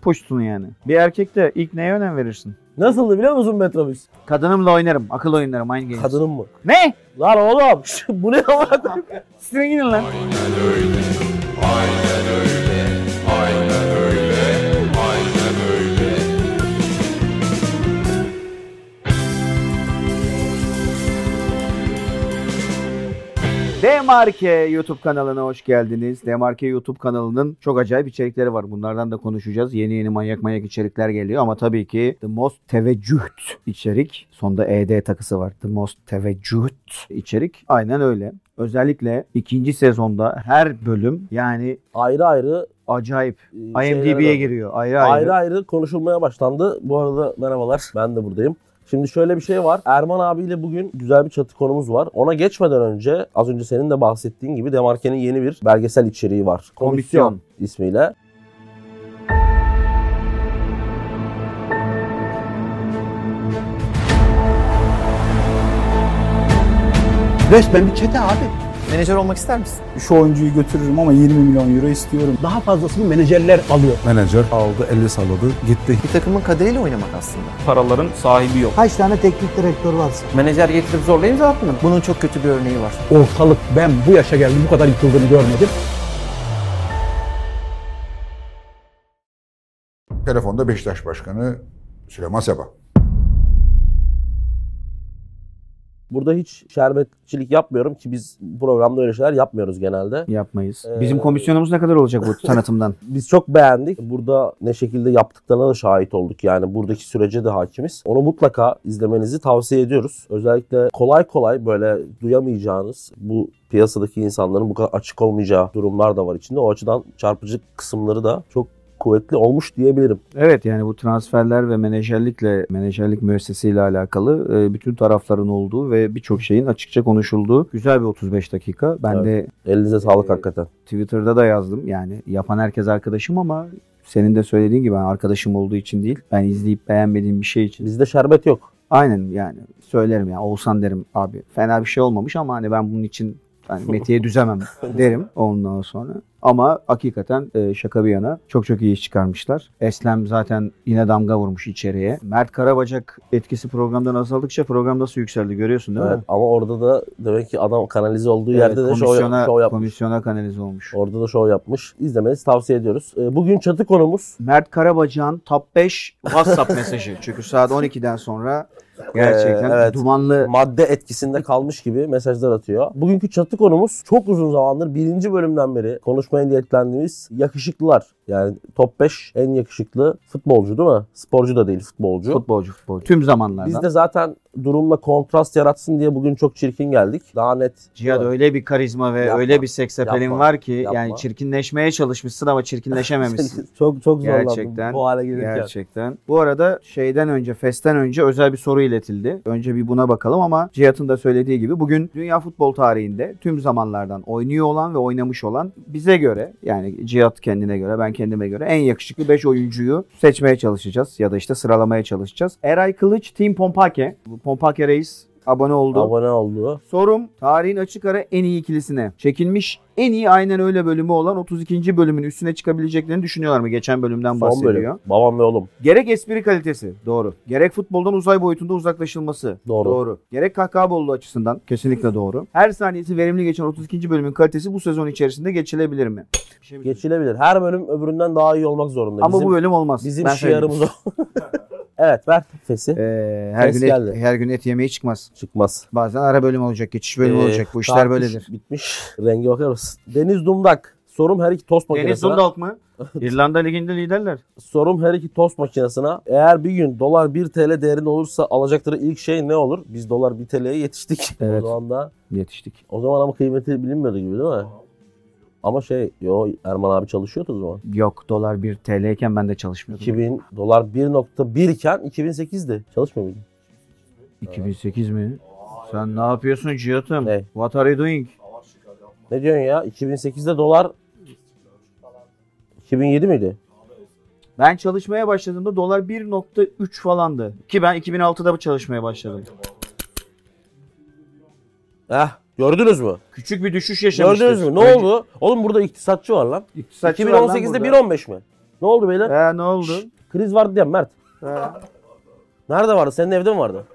puştun yani. Bir erkekte ilk neye önem verirsin? Nasıldı biliyor musun Metrobüs? Kadınımla oynarım. Akıl oynarım. Aynı genç. Kadının mı? Ne? Lan oğlum bu ne amına koyayım? Sizin gidin lan. Demarke YouTube kanalına hoş geldiniz. Demarke YouTube kanalının çok acayip içerikleri var. Bunlardan da konuşacağız. Yeni manyak içerikler geliyor ama tabii ki The Most Teveccüht içerik. Sonda ED takısı var. The Most Teveccüht içerik. Aynen öyle. Özellikle ikinci sezonda her bölüm yani ayrı acayip IMDb'ye giriyor. Ayrı konuşulmaya başlandı. Bu arada merhabalar. Ben de buradayım. Şimdi şöyle bir şey var. Erman abiyle bugün güzel bir çatı konumuz var. Ona geçmeden önce az önce senin de bahsettiğin gibi Demarke'nin yeni bir belgesel içeriği var. Komisyon ismiyle. Resmen bir çete abi. Menajer olmak ister misin? Şu oyuncuyu götürürüm ama 20 milyon euro istiyorum. Daha fazlasını menajerler alıyor. Menajer aldı, eli salladı, gitti. Bir takımın kaderiyle oynamak aslında. Paraların sahibi yok. Kaç tane teknik direktör varsa. Menajer getirip zorlayınca zaten bunun çok kötü bir örneği var. Ortalık ben bu yaşa geldim bu kadar yıkıldığını görmedim. Telefonda Beşiktaş Başkanı Süleyman Seba. Burada hiç şerbetçilik yapmıyorum ki biz programda öyle şeyler yapmıyoruz genelde. Yapmayız. Bizim komisyonumuz ne kadar olacak bu tanıtımdan? Biz çok beğendik. Burada ne şekilde yaptıklarına da şahit olduk. Yani buradaki sürece de hakimiz. Onu mutlaka izlemenizi tavsiye ediyoruz. Özellikle kolay böyle duyamayacağınız bu piyasadaki insanların bu kadar açık olmayacağı durumlar da var içinde. O açıdan çarpıcı kısımları da çok kuvvetli olmuş diyebilirim. Evet yani bu transferler ve menajerlik müessesesiyle alakalı bütün tarafların olduğu ve birçok şeyin açıkça konuşulduğu güzel bir 35 dakika. Ben de elinize sağlık hakikaten. Twitter'da da yazdım. Yani yapan herkes arkadaşım ama senin de söylediğin gibi arkadaşım olduğu için değil. Ben izleyip beğenmediğim bir şey için. Bizde şerbet yok. Aynen yani söylerim ya Oğuzhan derim abi fena bir şey olmamış ama hani ben bunun için Mete'ye düzemem derim ondan sonra. Ama hakikaten şaka bir yana çok iyi iş çıkarmışlar. Eslem zaten yine damga vurmuş içeriye. Mert Karabacak etkisi programdan azaldıkça program nasıl yükseldi görüyorsun değil mi? Ama orada da demek ki adam kanalize olduğu yerde de şov yapmış. Komisyona kanalize olmuş. Orada da şov yapmış. İzlemenizi tavsiye ediyoruz. Bugün çatı konumuz. Mert Karabacak'ın top 5 WhatsApp mesajı. Çünkü saat 12'den sonra gerçekten dumanlı madde etkisinde kalmış gibi mesajlar atıyor. Bugünkü çatı konumuz çok uzun zamandır birinci bölümden beri konuşmaya niyetlendiğimiz yakışıklılar. Yani top 5 en yakışıklı futbolcu değil mi? Sporcu da değil futbolcu. Futbolcu. Tüm zamanlardan. Biz de zaten durumla kontrast yaratsın diye bugün çok çirkin geldik. Daha net. Cihat öyle bir karizma ve öyle bir seksapelin var ki yani çirkinleşmeye çalışmışsın ama çirkinleşememişsin. çok zorlandım gerçekten, bu hale gelirken. Gerçekten. Bu arada Fes'ten önce özel bir soru iletildi. Önce bir buna bakalım ama Cihat'ın da söylediği gibi bugün dünya futbol tarihinde tüm zamanlardan oynuyor olan ve oynamış olan bize göre yani Cihat kendine göre ben kendime göre en yakışıklı 5 oyuncuyu seçmeye çalışacağız ya da işte sıralamaya çalışacağız. Eray Kılıç, Team Pompake. Pompake Reis abone oldu. Sorum tarihin açık ara en iyi ikilisine çekilmiş en iyi aynen öyle bölümü olan 32. bölümün üstüne çıkabileceklerini düşünüyorlar mı? Geçen bölümden bahsediyor. Bölüm. Babam ve oğlum. Gerek espri kalitesi. Doğru. Gerek futboldan uzay boyutunda uzaklaşılması. Doğru. Gerek kahkaha bolluğu açısından. Kesinlikle doğru. Her saniyesi verimli geçen 32. bölümün kalitesi bu sezon içerisinde geçilebilir mi? Geçilebilir. Her bölüm öbüründen daha iyi olmak zorunda. Ama bu bölüm olmaz. Bizim şiarımız o. Evet ver Fes'i. Her gün et yemeği çıkmaz. Çıkmaz. Bazen ara bölüm olacak, geçiş bölümü olacak. Bu işler böyledir. Bitmiş. Rengi bakar mısın? Deniz Dumdak. Sorum her iki tost makinesine. Deniz Dumdak mı? İrlanda Ligi'nde liderler. Sorum her iki tost makinesine. Eğer bir gün dolar 1 TL değerinde olursa alacakları ilk şey ne olur? Biz dolar 1 TL'ye yetiştik. Evet. O zaman da yetiştik. O zaman ama kıymeti bilinmiyordu gibi değil mi? Ama Erman abi çalışıyordu o zaman. Yok dolar 1 TL iken ben de çalışmıyordum. Dolar 1.1 iken 2008'di. Çalışmıyor muydun? 2008 mi? Sen ne yapıyorsun Cihat'ım? Ne? What are you doing? Ne diyorsun ya? 2008'de dolar 2007 miydi? Ben çalışmaya başladığımda dolar 1.3 falandı. Ki ben 2006'da çalışmaya başladım. Gördünüz mü? Küçük bir düşüş yaşamıştık. Gördünüz mü? Ne oldu? Oğlum burada iktisatçı var lan. 2018'de 1.15 mi? Ne oldu beyler? Ne oldu? Kriz vardı diye Mert. He. Nerede vardı? Senin evde mi vardı?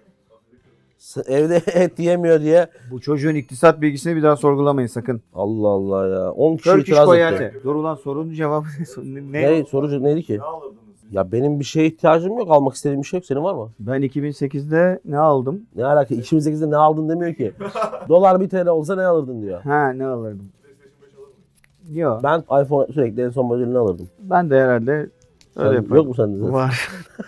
Evde et yemiyor diye. Bu çocuğun iktisat bilgisini bir daha sorgulamayın sakın. Allah Allah ya. 10 kişi Turkish itiraz Koyate. etti. Dur ulan sorunun cevabı ne? Ne? Soru neydi ki? Ya benim bir şeye ihtiyacım yok. Almak istediğim bir şey yok. Senin var mı? Ben 2008'de ne aldım? Ne alaka? 2008'de ne aldın demiyor ki. Dolar 1 TL olsa ne alırdın diyor. Ha ne alırdım? Yok. Ben iPhone sürekli en son modelini alırdım. Ben de herhalde öyle Sen, yaparım. yok mu sende de? Var.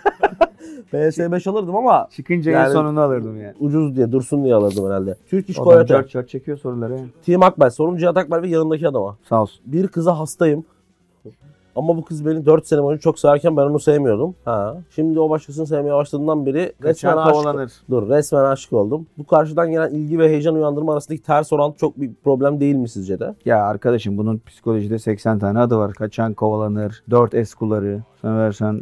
PS5 alırdım ama Çıkınca en Yani- sonunu alırdım yani. ucuz diye, dursun diye alırdım herhalde. Turkish Adam Koyate. çat çat çekiyor soruları. Team Akbel. Sorum Cihat Akbel ve yanındaki adama. Sağ olsun. Bir kıza hastayım. Ama bu kız beni 4 sene boyunca çok severken ben onu sevmiyordum. Şimdi o başkasını sevmeye başladığından beri resmen Kaçan aşık. kovalanır. Resmen aşık oldum. Bu karşıdan gelen ilgi ve heyecan uyandırma arasındaki ters orantı çok bir problem değil mi sizce de? Ya arkadaşım bunun psikolojide 80 tane adı var. Kaçan kovalanır, 4 kuları, seversen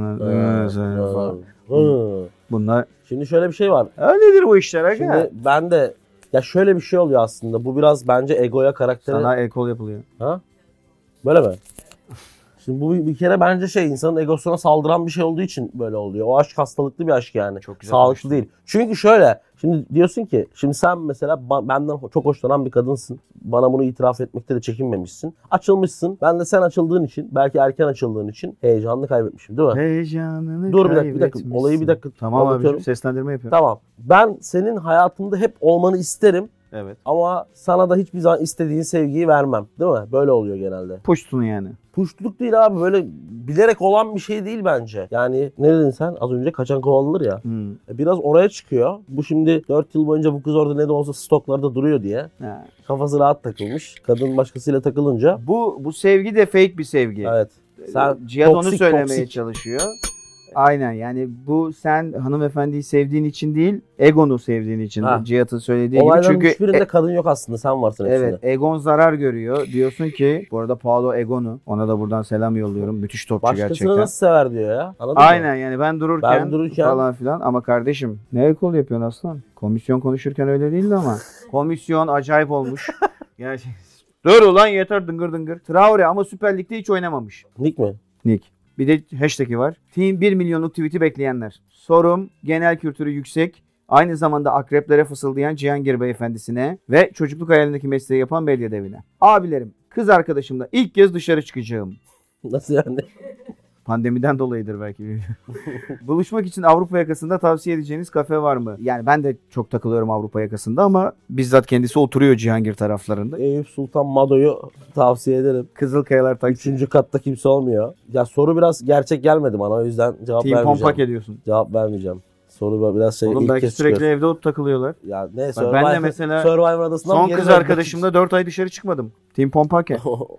falan. Hı. Bunlar Şimdi şöyle bir şey var. öyledir bu işler aga. Şimdi ben de ya şöyle bir şey oluyor aslında. Bu biraz bence egoya, karaktere. Sana el-kol yapılıyor. Ha? Böyle mi? Şimdi bu bir kere bence insanın egosuna saldıran bir şey olduğu için böyle oluyor. O aşk hastalıklı bir aşk yani. Çok güzel Sağlıklı konuştun. değil. Çünkü şöyle, şimdi diyorsun ki, şimdi sen mesela benden çok hoşlanan bir kadınsın. Bana bunu itiraf etmekte de çekinmemişsin. Açılmışsın. Ben de sen açıldığın için, belki erken açıldığın için heyecanını kaybetmişim değil mi? Heyecanını Dur bir dakika, kaybetmişsin. olayı bir dakika Tamam anlatıyorum. abicim seslendirme yapıyorum. Tamam. Ben senin hayatımda hep olmanı isterim. Evet. Ama sana da hiçbir zaman istediğin sevgiyi vermem. Değil mi? Böyle oluyor genelde. Puştun yani. Puştluk değil abi. Böyle bilerek olan bir şey değil bence. Yani ne dedin sen? Az önce kaçan kovalanır ya. Biraz oraya çıkıyor. Bu şimdi 4 yıl boyunca bu kız orada ne de olsa stoklarda duruyor diye. Ha. Kafası rahat takılmış. Kadın başkasıyla takılınca. Bu sevgi de fake bir sevgi. Evet. Sen Cihat onu toksik, söylemeye toksik. çalışıyor. Aynen yani bu sen hanımefendiyi sevdiğin için değil, egonu sevdiğin için. Ha. Cihat'ın söylediği gibi. Olayların Çünkü hiçbirinde kadın yok aslında. Sen varsın hepsinde. evet, egon zarar görüyor. Diyorsun ki bu arada Paolo Egonu. Ona da buradan selam yolluyorum. Müthiş topçu Başkasını gerçekten. nasıl sever diyor ya. Anladın mı? Aynen yani ben dururken falan filan ama kardeşim ne ekol yapıyorsun aslan? Komisyon konuşurken öyle değildi ama. Komisyon acayip olmuş. Gerçekten. Dur ulan yeter dıngır dıngır. Traore ama Süper Lig'de hiç oynamamış. Nick mi? Nick. Bir de hashtag'i var. Team 1 milyonluk tweet'i bekleyenler. Sorum genel kültürü yüksek. Aynı zamanda akreplere fısıldayan Cihangir beyefendisine ve çocukluk hayalindeki mesleği yapan Belediye devine. Abilerim, kız arkadaşımla ilk kez dışarı çıkacağım. Nasıl yani? Pandemiden dolayıdır belki. Buluşmak için Avrupa yakasında tavsiye edeceğiniz kafe var mı? Yani ben de çok takılıyorum Avrupa yakasında ama bizzat kendisi oturuyor Cihangir taraflarında. Eyüp Sultan Mado'yu tavsiye ederim. Kızılkayalar taksi. 3. katta kimse olmuyor. Ya soru biraz gerçek gelmedi bana, o yüzden cevap Team vermeyeceğim. Pompak ediyorsun. Cevap vermeyeceğim. Soru biraz Oğlum ilk belki kez sürekli çıkıyor. evde takılıyorlar. Ya ne Bak ben de mesela Survivor adasından Son geri kız döndüm. arkadaşımla 4 ay dışarı çıkmadım. Team Pompake.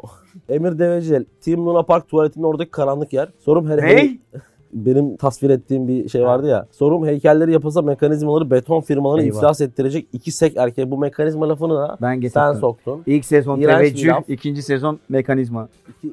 Emir Devecel, Team Luna Park tuvaletinin oradaki karanlık yer. Sorum Ney? benim tasvir ettiğim bir şey vardı ya. Sorum heykelleri yapılsa mekanizmaları beton firmalarını Eyvah. iflas ettirecek iki sek erkeği. Bu mekanizma lafını da Ben sen getirdim. soktun. İlk sezon İğrenç bir teveccüh, laf. ikinci sezon mekanizma.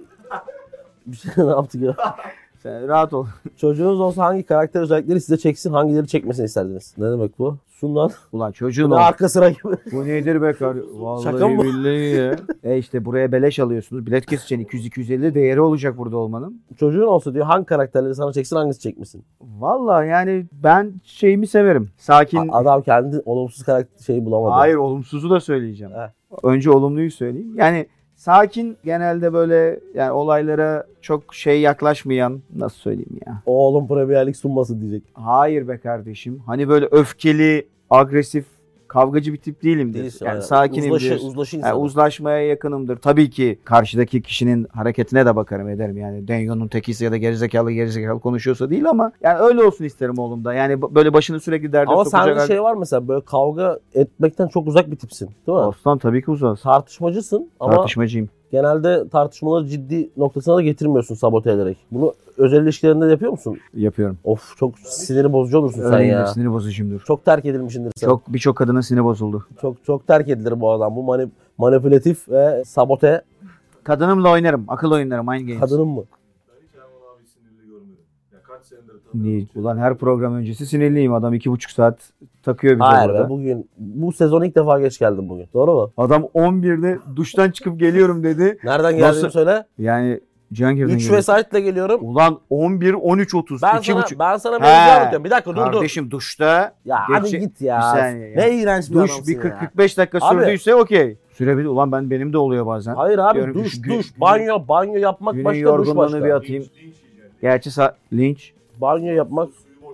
Bir şey ne yaptık ya? Sen rahat ol. Çocuğunuz olsa hangi karakter özellikleri size çeksin, hangileri çekmesini isterdiniz? Ne demek bu? Şundan. Ulan çocuğun Ne ol. arka sıra gibi. Bu nedir be kar? Vallahi Şaka mı? billahi ya. İşte buraya beleş alıyorsunuz. Bilet keseceksin 200-250 değeri olacak burada olmanın. Çocuğun olsa diyor hangi karakterleri sana çeksin, hangisi çekmesin? Vallahi yani ben şeyimi severim. Sakin. Adam kendi olumsuz karakter şeyi bulamadı. Hayır olumsuzu da söyleyeceğim. He. Önce olumluyu söyleyeyim. Yani sakin genelde böyle yani olaylara çok yaklaşmayan nasıl söyleyeyim ya. Oğlum Premier Lig sunması diyecek. Hayır be kardeşim. Hani böyle öfkeli, agresif, kavgacı bir tip değilimdir. Değilsin. Yani aynen. sakinimdir. Uzlaşı Yani insanı. uzlaşmaya yakınımdır. Tabii ki karşıdaki kişinin hareketine de bakarım ederim. Yani Denyo'nun tekisi ya da gerizekalı konuşuyorsa değil ama yani öyle olsun isterim oğlumda. Yani böyle başını sürekli derde Ama sokacak. sende şey var mesela, böyle kavga etmekten çok uzak bir tipsin. Değil mi? Aslan tabii ki uzağız. Tartışmacısın ama Tartışmacıyım. genelde tartışmaları ciddi noktasına da getirmiyorsun sabote ederek. Bunu özel ilişkilerinde de yapıyor musun? Yapıyorum. Of, çok siniri bozucu olursun sen Öyleyimdir. ya. Sinir bozucumdur. Çok terk edilmişindir sen. Birçok kadının siniri bozuldu. Çok terk edilir bu adam. Bu manipülatif ve sabote Kadınımla oynarım. Akıl oyunlarım. Mind games. kadının mı? Değil. Ulan her program öncesi sinirliyim. Adam 2,5 saat takıyor bize Hayır burada. be, bu sezon ilk defa geç geldim bugün. Doğru mu? Adam 11'de duştan çıkıp geliyorum dedi. Nereden geldiğini Nasıl? söyle. Yani Cihangir'den 3 geliyor. vesaitle geliyorum. Ulan 11, 13, 30. Ben 2,5. sana He. mevzu anlatıyorum. Bir dakika dur. Kardeşim duşta. Ya hadi Geçe- git ya. Bir saniye ya. Ne iğrenç bir Duş adamsın bir ya. 40-45 dakika Abi. sürdüyse okey. Sürebilir. Ulan benim de oluyor bazen. Hayır abi Diyorum ki duş şu duş. Banyo yapmak Günün başka, duş yorgunluğunu başka. bir atayım. Gerçi linç. Banyo yapmak.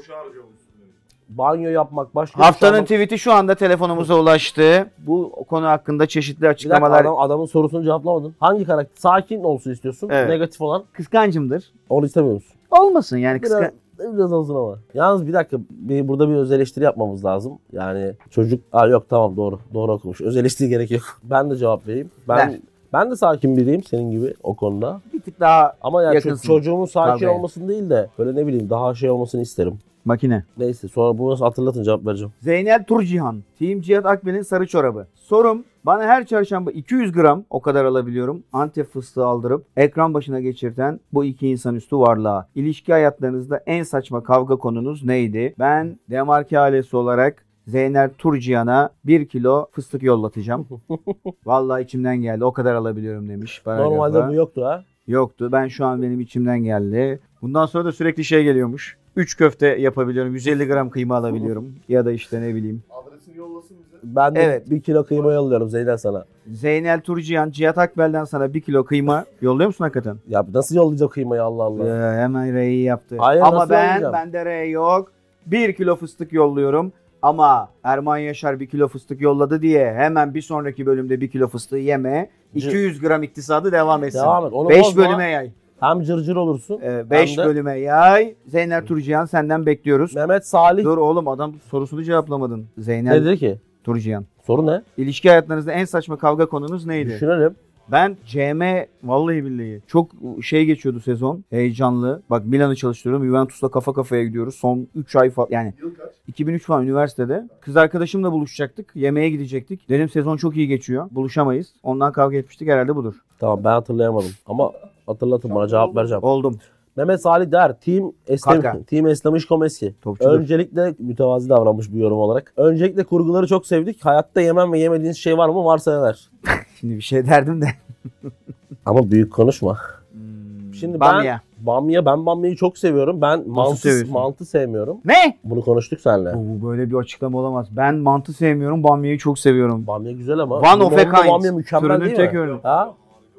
Banyo yapmak başka. Haftanın duş almak- tweet'i şu anda telefonumuza ulaştı. Bu konu hakkında çeşitli Bir dakika açıklamalar. adamın sorusunu cevaplamadın. Hangi karakter? Sakin olsun istiyorsun. Evet. Negatif olan. Kıskancımdır. Onu istemiyor musun? Olmasın yani Biraz olsun ama. Yalnız bir dakika burada bir öz eleştiri yapmamız lazım. Yani çocuk yok tamam doğru okumuş. Öz eleştiri gerek yok. Ben de cevap vereyim. Ver. Ben de sakin biriyim senin gibi o konuda. bir tık daha Ama yani yakınsın. çocuğumun sakin Kavgaya. olmasını değil de böyle ne bileyim daha şey olmasını isterim. makine. Neyse sonra bunu nasıl hatırlatın cevap vereceğim. Zeynel Turcihan. Team Cihat Akbel'in sarı çorabı. Sorum, bana her çarşamba 200 gram, o kadar alabiliyorum, Antep fıstığı aldırıp ekran başına geçirten bu iki insanüstü varlığa. İlişki hayatlarınızda en saçma kavga konunuz neydi? Ben Demarke ailesi olarak Zeynel Turcihan'a 1 kilo fıstık yollatacağım. Vallahi içimden geldi. O kadar alabiliyorum demiş. Normalde bu yoktu ha. Yoktu. Ben şu an benim içimden geldi. Bundan sonra da sürekli şey geliyormuş. 3 köfte yapabiliyorum. 150 gram kıyma alabiliyorum. Ya da işte ne bileyim. Ben de Evet. 1 kilo kıyma yolluyorum Zeynel sana. Zeynel Turcihan, Cihat Akbel'den sana 1 kilo kıyma yolluyor musun hakikaten? Ya nasıl yollayacak kıymayı Allah Allah. Hemen R'yi yaptı. Hayır, Ama nasıl yollayacağım? bende R yok. 1 kilo fıstık yolluyorum. Ama Erman Yaşar 1 kilo fıstık yolladı diye hemen bir sonraki bölümde 1 kilo fıstığı yeme. 200 gram iktisadı devam etsin. Devam et. Onu 5 bozma. bölüme yay. Hem cırcır olursun. 5 hem de bölüme yay. Zeynel Turcihan senden bekliyoruz. Mehmet Salih Dur oğlum adam sorusunu cevaplamadın. ne Zeynel dedi ki? Turcihan. Soru ne? İlişki hayatlarınızda en saçma kavga konunuz neydi? Düşünelim. Ben CM vallahi billahi çok şey geçiyordu sezon. Heyecanlı. Bak Milan'ı çalıştırıyorum. Juventus'la kafa kafaya gidiyoruz. Son 3 ay falan yani 2003 falan üniversitede. Kız arkadaşımla buluşacaktık. Yemeğe gidecektik. Dedim sezon çok iyi geçiyor. Buluşamayız. Ondan kavga etmiştik. Herhalde budur. Tamam ben hatırlayamadım. Ama hatırlatın bana cevap vereceğim. Oldum. Mehmet Salih der. Kaka. Team Eslamışkom eski. Topçudur. Öncelikle mütevazi davranmış bir yorum olarak. Öncelikle kurguları çok sevdik. Hayatta yemem ve yemediğiniz şey var mı? Varsa neler? Şimdi bir şey derdim de. Ama büyük konuşma. Şimdi Bamya. ben bamyayı çok seviyorum. Ben seviyorsun? mantı sevmiyorum. Ne? Bunu konuştuk seninle. Bu böyle bir açıklama olamaz. Ben mantı sevmiyorum. Bamyayı çok seviyorum. Bamya güzel ama. One of a limonlu kind. Bamya mükemmel Türünün değil tek mi? örneği. Ha?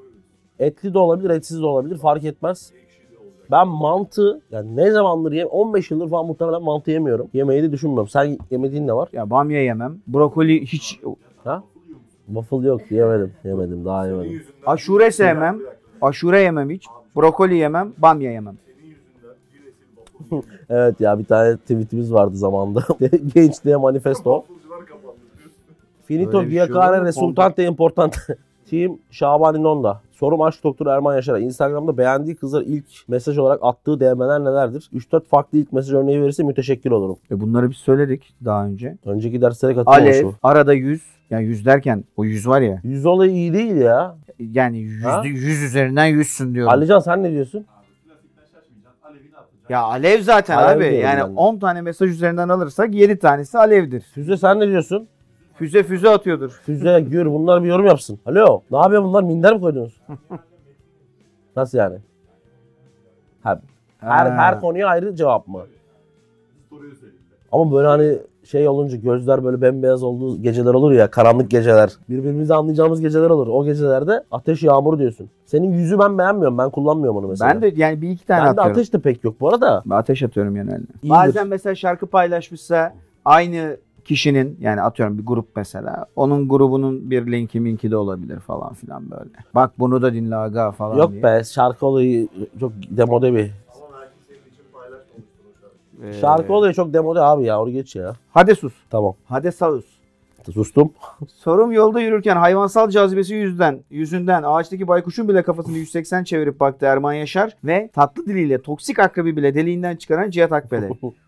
Etli de olabilir, etsiz de olabilir. Fark etmez. Ben mantı yani ne zamandır 15 yıldır falan muhtemelen mantı yemiyorum. Yemeği de düşünmüyorum. Sen yemediğin ne var? Ya bamya yemem. Brokoli hiç. Ha? Waffle yok. Yemedim. Daha yemedim. Aşure sevmem. Aşure yemem hiç. Brokoli yemem. Bamya yemem. Evet ya bir tane tweetimiz vardı zamanında. Gençliğe manifesto. Finito Öyle bir şey olur giocare mu? resultante importante. Team Şaban İnonda. Sorum aşk doktoru Erman Yaşar'a. Instagram'da beğendiği kızlar ilk mesaj olarak attığı DM'ler nelerdir? 3-4 farklı ilk mesaj örneği verirse müteşekkir olurum. Bunları biz söyledik daha önce. Önceki derslere katılmamış Alev bu. arada 100. Yani 100 derken o 100 var ya. 100 olayı iyi değil ya. Yani 100, Ha? 100 üzerinden 100'sün diyorum. Alican sen ne diyorsun? Ya Alev zaten Alev abi. diyorum Yani ben de. 10 tane mesaj üzerinden alırsak 7 tanesi Alev'dir. Füze sen ne diyorsun? Füze atıyordur. Füze, Gür bunlar bir yorum yapsın. Alo ne yapıyor bunlar minder mi koydunuz? Nasıl yani? Her konuya ayrı cevap mı? Ama böyle hani şey olunca gözler böyle bembeyaz olduğu geceler olur ya karanlık geceler. Birbirimizi anlayacağımız geceler olur. O gecelerde ateş yağmur diyorsun. Senin yüzü ben beğenmiyorum. Ben kullanmıyorum onu mesela. Ben de yani bir iki tane Bende atıyorum. ateş de pek yok bu arada. Ben ateş atıyorum genelde. İyidir. Bazen mesela şarkı paylaşmışsa aynı kişinin yani atıyorum bir grup mesela. Onun grubunun bir linki minki de olabilir falan filan böyle. Bak bunu da dinle aga falan Yok diye. be şarkı olayı çok demode bir. Şarkı olayı çok demode abi ya onu geç ya. Hadi sus. Tamam Hadi sus. sustum. Sorum yolda yürürken hayvansal cazibesi yüzünden ağaçtaki baykuşun bile kafasını 180 çevirip baktı Erman Yaşar ve tatlı diliyle toksik akrebi bile deliğinden çıkaran Cihat Akbel'e.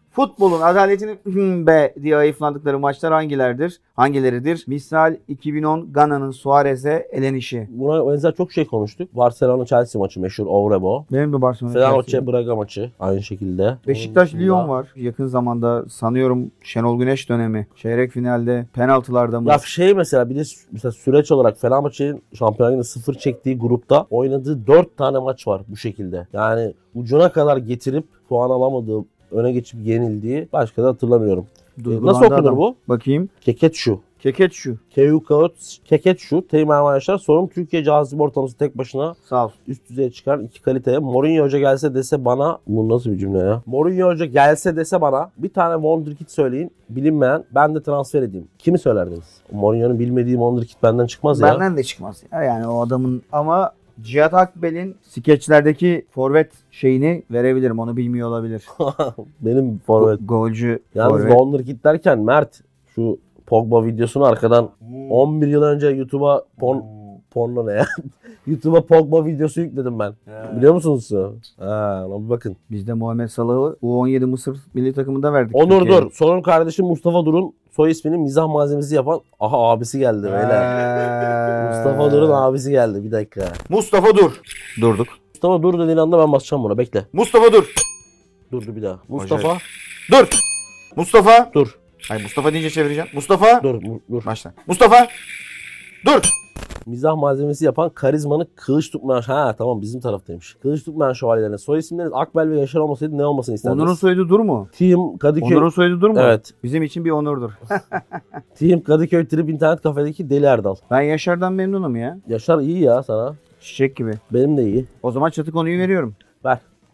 Futbolun adaletini be diye ayıflandıkları maçlar hangileridir? Misal 2010 Gana'nın Suarez'e elenişi. Buna benzer çok şey konuştuk. Barcelona-Chelsea maçı meşhur Ovrebo. Benim de Barcelona. Fenerbahçe Braga maçı aynı şekilde. Beşiktaş Onun Lyon dışında- var. Yakın zamanda sanıyorum Şenol Güneş dönemi. Çeyrek finalde penaltılarda mı? Ya mesela bir de mesela süreç olarak Fenerbahçe'nin Şampiyonlar Ligi'nde 0 çektiği grupta oynadığı 4 tane maç var bu şekilde. Yani ucuna kadar getirip puan alamadığı, öne geçip yenildiği başka da hatırlamıyorum. Duygulandı Nasıl okunur adam. bu? Bakayım. Keketşu. Keketşu. Keketşu. Teğmen arkadaşlar sorun Türkiye cazibe ortalaması tek başına Sağ ol. üst düzeye çıkan iki kaliteye. Mourinho Hoca gelse dese bana, bu nasıl bir cümle ya? Mourinho Hoca gelse dese bana bir tane wonderkid söyleyin, bilinmeyen, ben de transfer edeyim. Kimi söylerdiniz? Mourinho'nun bilmediği wonderkid benden çıkmaz ya. Benden de çıkmaz. Ya yani o adamın ama Cihat Akbel'in skeçlerdeki forvet şeyini verebilirim. Onu bilmiyor olabilir. Benim forvet. Golcü Yalnız forvet. wonderkid derken Mert şu Pogba videosunu arkadan 11 yıl önce YouTube'a porno ne ya? YouTube'a Pogba videosu yükledim ben. Biliyor musunuz? Ha, ona bir bakın. Biz de Muhammed Salah'ı U17 Mısır milli takımında verdik. Onur Türkiye'ye. Dur. Sorun kardeşim Mustafa Dur'un soy ismini mizah malzemesi yapan abisi geldi beyler. Mustafa Dur'un abisi geldi. Bir dakika. Mustafa Dur. Durduk. Mustafa Dur dediğin anda ben basacağım buna. Bekle. Mustafa Dur. Durdu bir daha. Mustafa Dur. Mustafa. Dur. Hayır Mustafa deyince çevireceğim. Mustafa. Dur. Başla. Mustafa. Dur. Mizah malzemesi yapan karizmanın kılıç tutmayan... Ha tamam bizim taraftaymış. Kılıç tutmayan şövalyelerine soy isimleriniz Akbel ve Yaşar olmasaydı ne olmasını isterdiniz? Onur'un soyadı Dur mu? Team Kadıköy... Onur'un soyadı Dur mu? Evet. Bizim için bir onurdur. Team Kadıköy Trip internet kafedeki Deli Erdal. Ben Yaşar'dan memnunum ya. Yaşar iyi ya sana. Çiçek gibi. Benim de iyi. O zaman çatı konuyu veriyorum. Ver.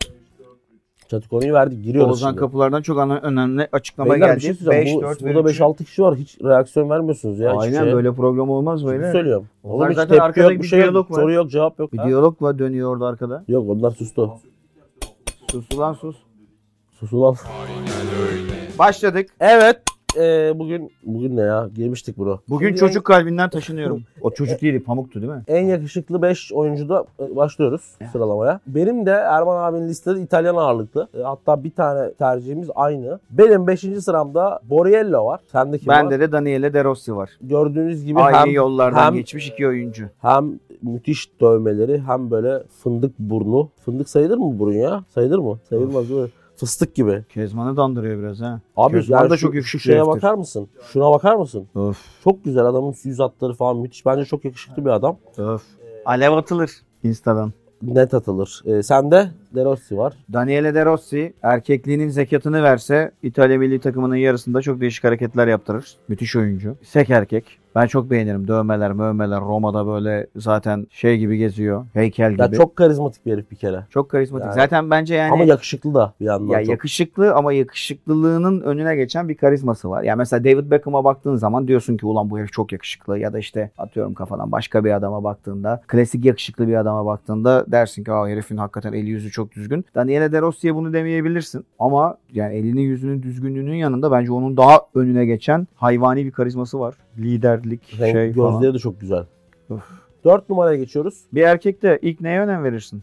Çatı konuyu verdik. Giriyoruz Oğuzhan şimdi. Kapılardan çok önemli açıklama Beyler, geldi. bir şey söyleyeceğim. 5-4 Burada 5-6 kişi var. Hiç reaksiyon vermiyorsunuz ya. hiçbir Aynen şeye. böyle program olmaz Ciddi böyle. söylüyorum. Onlar Oğlum hiç zaten tepki arkada yok, bir bir şey yok, diyalog var. soru yok, cevap yok. Bir Ha? diyalog var dönüyor orada arkada. Yok onlar sustu. Sus ulan sus. Susulan. Başladık. Evet. Bugün ne ya? Girmiştik bunu. Bugün Şimdi çocuk kalbinden taşınıyorum. O çocuk değil pamuktu değil mi? en yakışıklı 5 oyuncuda başlıyoruz sıralamaya. Benim de Erman abinin listede İtalyan ağırlıklı. Hatta bir tane tercihimiz aynı. Benim 5. sıramda Borriello var. Sende kim var? Bende de Daniele De Rossi var. Gördüğünüz gibi Aynı yollardan hem geçmiş iki oyuncu. hem müthiş dövmeleri hem böyle fındık burnu. Fındık sayılır mı bu burun ya? Sayılır mı? Sayılmaz değil mi? Fıstık gibi. Kezman'ı dandırıyor biraz ha. Abi Kezban yani da şu, çok şu yakışıklı şeye heriftir. bakar mısın? Şuna bakar mısın? Öf Çok güzel adamın yüz hatları falan müthiş. Bence çok yakışıklı bir adam. öf. Alev atılır Insta'dan. Net atılır. Sende De Rossi var. Daniele De Rossi erkekliğinin zekatını verse İtalya milli takımının yarısında çok değişik hareketler yaptırır. Müthiş oyuncu. Sek erkek. Ben çok beğenirim. Dövmeler, mövmeler. Roma'da böyle zaten şey gibi geziyor. Heykel gibi. Ya çok karizmatik bir herif bir kere. Çok karizmatik. Yani- Zaten bence yani Ama yakışıklı da bir yandan ya çok. yakışıklı ama yakışıklılığının önüne geçen bir karizması var. Ya mesela David Beckham'a baktığın zaman diyorsun ki ulan bu herif çok yakışıklı ya da işte atıyorum kafadan başka bir adama baktığında klasik yakışıklı bir adama baktığında dersin ki aa herifin hakikaten eli yüzü çok düzgün. Daniele De Rossi'ye bunu demeyebilirsin. Ama yani elinin yüzünün düzgünlüğünün yanında bence onun daha önüne geçen hayvani bir karizması var. Liderlik Renk, şey gözleri falan. de çok güzel. Of. 4 numaraya geçiyoruz. Bir erkekte ilk neye önem verirsin?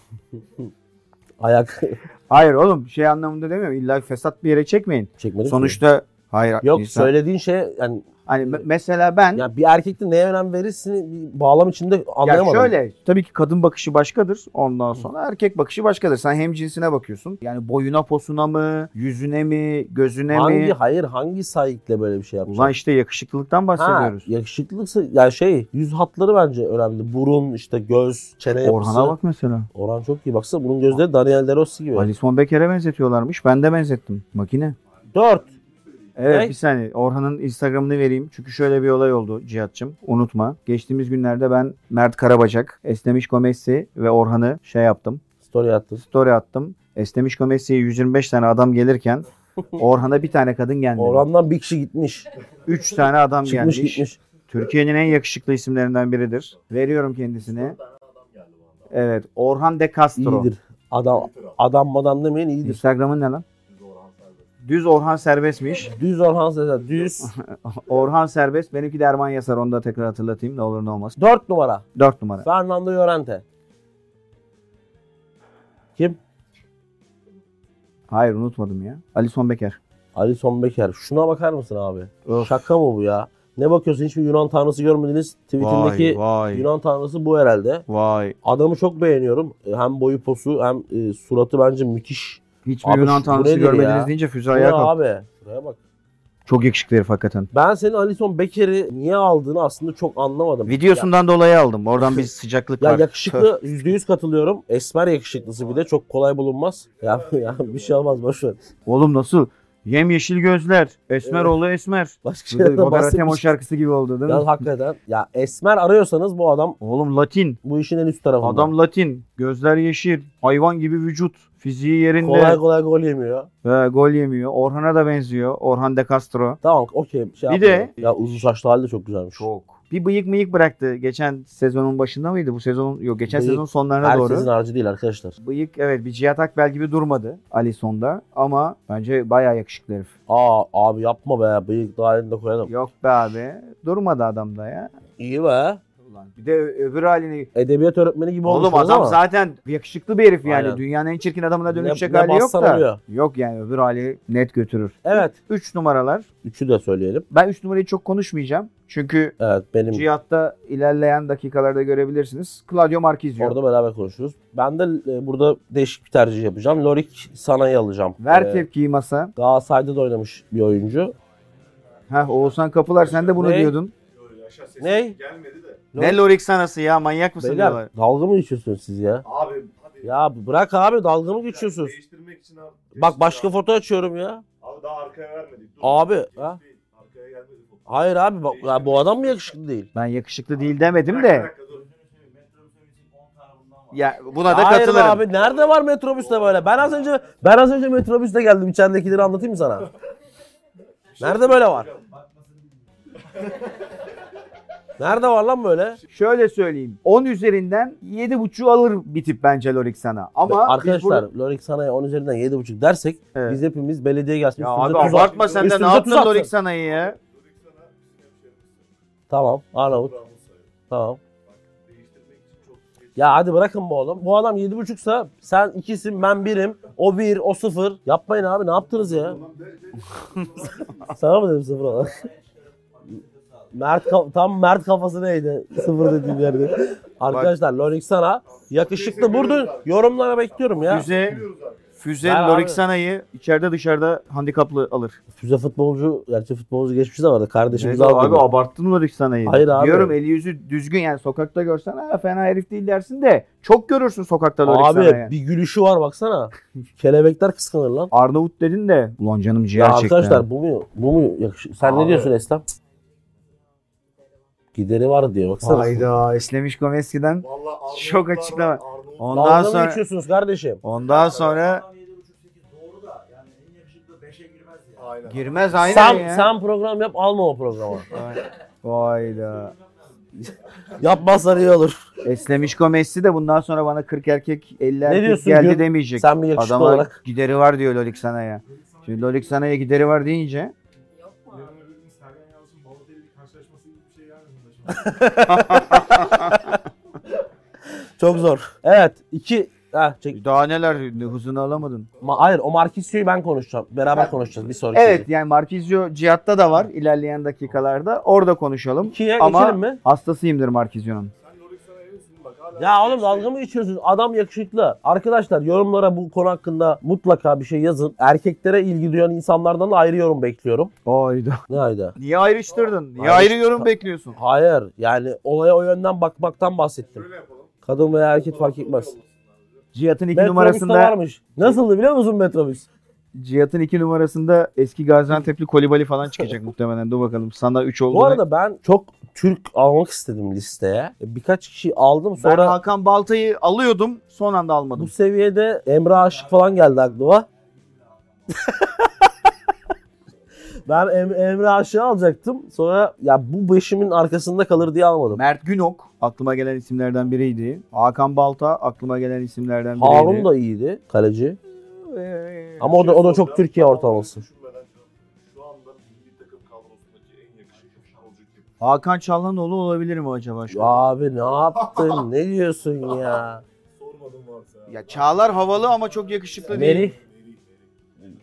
Ayak Hayır oğlum şey anlamında demiyorum. İlla fesat bir yere çekmeyin. çekmedim. Sonuçta hayır. Yok insan- söylediğin şey yani, Hani mesela ben yani bir erkekte neye önem verirsin bir bağlam içinde ya anlayamadım. şöyle tabii ki kadın bakışı başkadır. Ondan sonra erkek bakışı başkadır. Sen hem cinsine bakıyorsun. Yani boyuna posuna mı, yüzüne mi, gözüne mi? Hangi sahiple böyle bir şey yapacaksın? Ulan işte yakışıklılıktan bahsediyoruz. Yakışıklılıksa yani yüz hatları bence önemli. Burun, işte göz, çene yapısı. Orhan'a bak mesela. Orhan çok iyi. Baksana bunun gözleri Daniel De Rossi gibi. Alisson Becker'e benzetiyorlarmış. Ben de benzettim. Makine. 4. Evet Ne? bir saniye. Orhan'ın Instagram'ını vereyim. Çünkü şöyle bir olay oldu Cihat'cığım. Unutma. Geçtiğimiz günlerde ben Mert Karabacak, Esnemişko Messi ve Orhan'ı şey yaptım. Story attın. Story attım. Esnemişko Messi'ye 125 tane adam gelirken Orhan'a bir tane kadın gelmedi. Orhan'dan bir kişi gitmiş. 3 tane adam Çıkmış gelmiş. gitmiş. Türkiye'nin en yakışıklı isimlerinden biridir. Veriyorum kendisine. Evet. Orhan De Castro. İyidir. Adam demeyin iyidir. Instagram'ın ne lan? Düz Orhan Serbest'miş. Düz Orhan Sezer. Düz. Orhan Serbest. Benimki de Erman Yasar. Onu da tekrar hatırlatayım. Ne olur ne olmaz. 4 numara. 4 numara. Fernando Llorente. Kim? Hayır unutmadım ya. Alisson Becker. Alisson Becker. Şuna bakar mısın abi? Of. Şaka mı bu ya? Ne bakıyorsun? Hiçbir Yunan tanrısı görmediniz. Tweetindeki Vay. Yunan tanrısı bu herhalde. Vay. Adamı çok beğeniyorum. Hem boyu posu hem suratı bence müthiş. Hiçbir Abi Yunan bu tanrısı nedir görmediniz ya? deyince füze Bu ayağa ne kalktı. abi? Şuraya bak. Çok yakışıklı herif hakikaten. Ben senin Alisson Becker'i niye aldığını aslında çok anlamadım. Videosundan dolayı aldım. Oradan bir sıcaklık Ya var. yakışıklı, %100 katılıyorum. Esmer yakışıklısı bir de çok kolay bulunmaz. Ya bir şey olmaz, boş ver. Oğlum nasıl? Yemyeşil gözler. Esmeroğlu esmer. Başka şeylerden Robert Atemo bahsetmiş. şarkısı gibi oldu değil mi? Ya hakikaten. Ya esmer arıyorsanız bu adam Oğlum Latin. bu işin en üst tarafında. Adam Latin. Gözler yeşil. Hayvan gibi vücut. Fiziği yerinde. kolay kolay gol yemiyor. Gol yemiyor. Orhan'a da benziyor. Orhan de Castro. Tamam, okey. Şey Bir de- yapmıyorum. Ya uzun saçlı hali de çok güzelmiş. Bir bıyık mıyık bıraktı. Geçen sezonun başında mıydı? Bu sezonun yok. Geçen Bıyık sezonun sonlarına Herkesin doğru. harcı değil arkadaşlar. Bıyık evet bir Cihat Akbel gibi durmadı Alisson'da. Ama bence bayağı yakışıklı herif. Abi yapma be, bıyık daha elinde koyalım. Yok be abi. Durmadı adamda ya. İyi be. Ulan bir de öbür halini. Edebiyat öğretmeni gibi Oğlum olmuşsunuz adam ama. zaten yakışıklı bir herif yani. Aynen. Dünyanın en çirkin adamına dönüşecek Ne hali yok bassan da. oluyor. Yok yani öbür hali net götürür. Evet. 3 numaralar. Üçü de söyleyelim. Ben 3 numarayı çok konuşmayacağım. Çünkü Evet, benim Cihat'ta ilerleyen dakikalarda görebilirsiniz. Claudio Marquisio. orada beraber konuşuruz. Ben de burada değişik bir tercih yapacağım. Lorik Sana'yı alacağım. Ver tepkiyi masa. Galatasaray'da da oynamış bir oyuncu. Heh Oğuzhan Kapılar sen de bunu Ne? diyordun. Ne? Ne Lorik sanası ya manyak mısın diyorlar. Beyler dalga mı geçiyorsunuz siz ya? Abi hadi. Ya bırak abi, dalga mı geçiyorsunuz? Değiştirmek için abi. Bak başka foto açıyorum ya. Abi daha arkaya vermedik. Dur. Abi, Değil, ha? değil. Arkaya gelmedi foto. Hayır abi bak, ya bu adam mı yakışıklı değil? Ben yakışıklı değil demedim Bir de. dakika, dur. Ya buna da Hayır be katılırım. abi, nerede var metrobüste böyle? Ben az önce metrobüste geldim. İçeridekileri anlatayım mı sana? Nerede böyle var? Nerede var lan böyle? Şöyle söyleyeyim. 10 üzerinden 7,5 alır bir tip bence Lorik sana. Ama biz Arkadaşlar burada- Lorik Sana'ya 10 üzerinden 7,5 dersek Evet. biz hepimiz belediye gelsin. Ya üstümüze abi tuz abartma at- sen de ne üstümüze yaptın tuz atsın. Lorik Sana'yı ya? Tamam, Arnavut. Tamam. Ya hadi bırakın bu oğlum. Bu adam 7,5'sa sen 2'sin, ben 1'im. O 1, o 0. Yapmayın abi, ne yaptınız ya? Sana mı dedim 0 olarak? Tam Mert kafası neydi? 0 dediğim yerde. Arkadaşlar Lorik Sana yakışıklı. Burada yorumlara bekliyorum ya. Füze Ben Lorik abi- Sana'yı içeride dışarıda handikaplı alır. Füze futbolcu, gerçi futbolcu geçmişi de vardı. Kardeşimiz Neyse, aldı. abi abarttın Lorik Sana'yı. Hayır abi. Diyorum eli yüzü düzgün yani sokakta görsen ha fena herif değil dersin de çok görürsün sokakta Lorik Abi Sana'yı. bir gülüşü var baksana. Kelebekler kıskanır lan. Arnavut dedin de ulan canım Ya ciğer çekti. arkadaşlar bu mu yakışıyor? Sen ne diyorsun Eslem? Gideri var diyor. Baksana. Hayda Eslemiş Gomeski'den Vallahi Arnavutlar Çok var, açıklama. Arnavut- ondan Dalga mı sonra geçiyorsunuz kardeşim? ondan sonra Aynen. girmez aynen ya. Sen program yap, alma o programı. Hayda. Yapmazsan iyi olur. Eslemişko Messi de bundan sonra bana 40 erkek 50 erkek diyorsun geldi Gül? demeyecek. Sen bir yakışıklı Adama olarak. gideri var diyor Lorik Sana'ya. Şimdi Lorik Sana'ya gideri var deyince Yarın öbür gün Sergen Yalçın Balotelli karşılaşması gibi bir şey gelmesin başıma. Çok zor. Evet. Çek. daha neler hızını alamadın. Hayır, o Marquisio'yu ben konuşacağım. Beraber konuşacağız bir sonraki. Evet yani Marquisio Cihat'ta da var ilerleyen dakikalarda. Orada konuşalım. İkiye Ama geçelim mi? hastasıyımdır Marquisio'nun. Sen Lorik sana eminsin bak hala. Ya oğlum dalga mı geçiyorsunuz? Adam yakışıklı. Arkadaşlar yorumlara bu konu hakkında mutlaka bir şey yazın. Erkeklere ilgi duyan insanlardan da ayrı yorum bekliyorum. Hayda. Ne hayda? Niye ayrıştırdın? Niye Hayır. ayrı yorum bekliyorsun? Hayır. Yani olaya o yönden bakmaktan bahsettim. Şöyle yapalım. Kadın veya erkek fark etmez. Cihat'ın 2 Metrobüste numarasında varmış. Nasıldı biliyor musun metrobüs? Cihat'ın 2 numarasında eski Gaziantep'li Kolibali falan çıkacak muhtemelen. Dur bakalım. Sana 3 oldu. Bu arada ben çok Türk almak istedim listeye. Birkaç kişi aldım, ben sonra Hakan Balta'yı alıyordum. Son anda almadım. bu seviyede Emre Aşık falan geldi aklıma. Ben Emre Aşık'ı alacaktım. Sonra ya bu beşimin arkasında kalır diye almadım. Mert Günok aklıma gelen isimlerden biriydi. Hakan Balta aklıma gelen isimlerden biriydi. Harun da iyiydi, kaleci. Ama o da çok Türkiye ortalaması. Düşünmeden şu anda milli takım kadrosundaki en yakışıklı futbolcu kim? Hakan Çalhanoğlu olabilir mi acaba şu? Abi ne yaptın? Ne diyorsun ya? Sormadım varsa ya. Ya Çağlar havalı ama çok yakışıklı değil. Merih.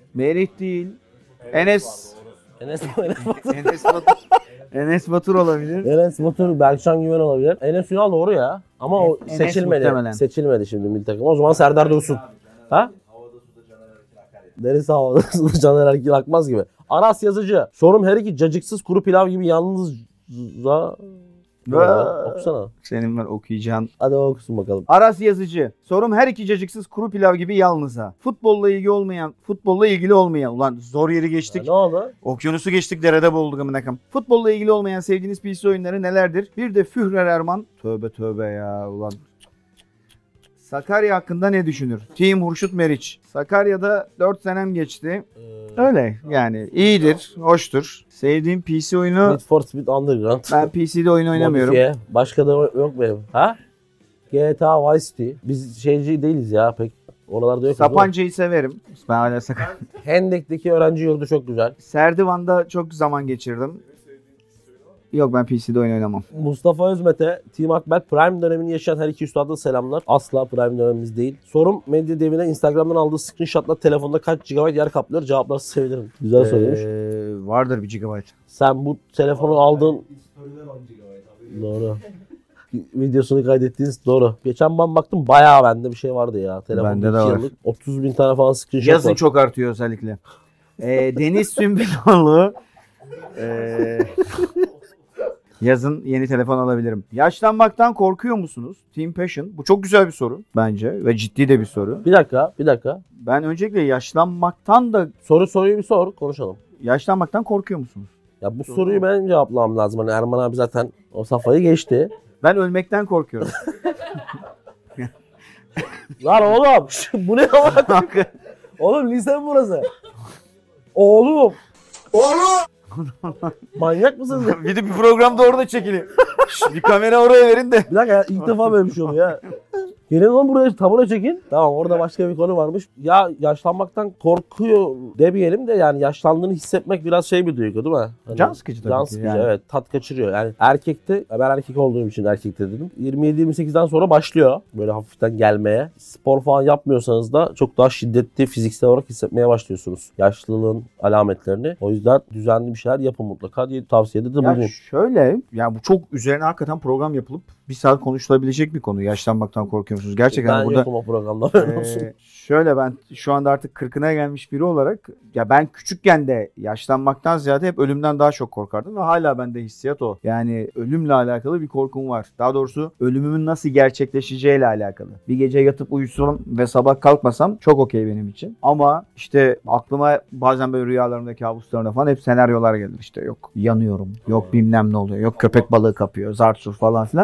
Merih değil. Enes. Enes Batur. Enes Batur. Enes Batur olabilir. Enes Batur, Berkcan Güven olabilir. Enes Ünal doğru ya. Ama o Enes seçilmedi. muhtemelen. Seçilmedi şimdi milli takım. O zaman Serdar Dursun. Ha? Deniz havada suda Caner Erkin akmaz gibi. Aras Yazıcı. Sorum her iki cacıksız kuru pilav gibi yalnızca... Okusana. Senin ben okuyacağın. Hadi okusun bakalım. Aras Yazıcı. Sorum her iki cacıksız kuru pilav gibi yalnızha. Futbolla ilgili olmayan. Ulan zor yeri geçtik. Ne oldu? Okyanusu geçtik, derede boğulduk amına koyayım. Futbolla ilgili olmayan sevdiğiniz PC oyunları nelerdir? Bir de Führer Erman. Tövbe ya ulan. Sakarya hakkında ne düşünür? Team Hurşut Meriç. Sakarya'da 4 senem geçti. Öyle yani iyidir, hoştur. Sevdiğim PC oyunu... Need for Speed Underground. Ben PC'de oyun oynamıyorum. Modifiye. Başka da yok benim. Ha? GTA Vice City. Biz şeyci değiliz ya pek. Oralarda yok. Sapanca'yı severim. Ben hala Sakarya. Hendek'teki öğrenci yurdu çok güzel. Serdivan'da çok zaman geçirdim. Yok ben PC'de oyun oynamam. Mustafa Özmet'e Team Akbel Prime dönemini yaşayan her iki üstada selamlar. Asla Prime dönemimiz değil. Sorum medya devine Instagram'dan aldığı screenshotlar telefonda kaç GB yer kaplıyor? Cevaplarsa sevinirim. Güzel soruymuş. Vardır 1 GB. Sen bu telefonu aldın. Doğru. Videosunu kaydettiğiniz doğru. Geçen ben baktım bayağı bende bir şey vardı ya. Telefonda Bende de 2 var. yıllık 30.000 tane falan screenshot Yazın var. çok artıyor özellikle. Deniz Sümbüloğlu. Yazın yeni telefon alabilirim. Yaşlanmaktan korkuyor musunuz? Team Passion. Bu çok güzel bir soru bence ve ciddi de bir soru. Bir dakika. Ben öncelikle yaşlanmaktan Soruyu bir sor konuşalım. yaşlanmaktan korkuyor musunuz? Ya bu soruyu ben cevaplamam lazım. Hani Erman abi zaten o safhayı geçti. Ben ölmekten korkuyorum. Lan oğlum bu ne ama? Oğlum lise mi burası? Oğlum. Manyak mısın sen? Bir de bir programda orada çekiliyor. Bir kamera oraya verin de. Bir dakika ya, ilk defa böyle bir şey oluyor ya. Gelin lan buraya tabura çekin. Tamam orada başka bir konu varmış. Ya yaşlanmaktan korkuyor demeyelim de yani yaşlandığını hissetmek biraz şey bir duygu değil mi? Hani Can sıkıcı tabii can ki sıkıcı yani. evet tat kaçırıyor. Yani erkekte ben erkek olduğum için erkekte dedim. 27-28'den sonra başlıyor böyle hafiften gelmeye. Spor falan yapmıyorsanız da çok daha şiddetli fiziksel olarak hissetmeye başlıyorsunuz. Yaşlılığın alametlerini. O yüzden düzenli bir şeyler yapın mutlaka diye tavsiyede de Ya bulunayım. şöyle ya bu çok üzerine hakikaten program yapılıp bir saat konuşulabilecek bir konu. Yaşlanmaktan korkuyor musunuz? Gerçekten Ben burada yokum o programda. haberin olsun. şöyle ben şu anda artık 40'ına gelmiş biri olarak ya ben küçükken de yaşlanmaktan ziyade hep ölümden daha çok korkardım ve hala bende hissiyat o. Yani ölümle alakalı bir korkum var. Daha doğrusu ölümümün nasıl gerçekleşeceğiyle alakalı. Bir gece yatıp uyusam ve sabah kalkmasam çok okey benim için. Ama işte aklıma bazen böyle rüyalarımda, kabuslarımda falan hep senaryolar gelir. İşte yok yanıyorum, yok bilmem ne oluyor, yok köpek balığı kapıyor, zartsur falan filan.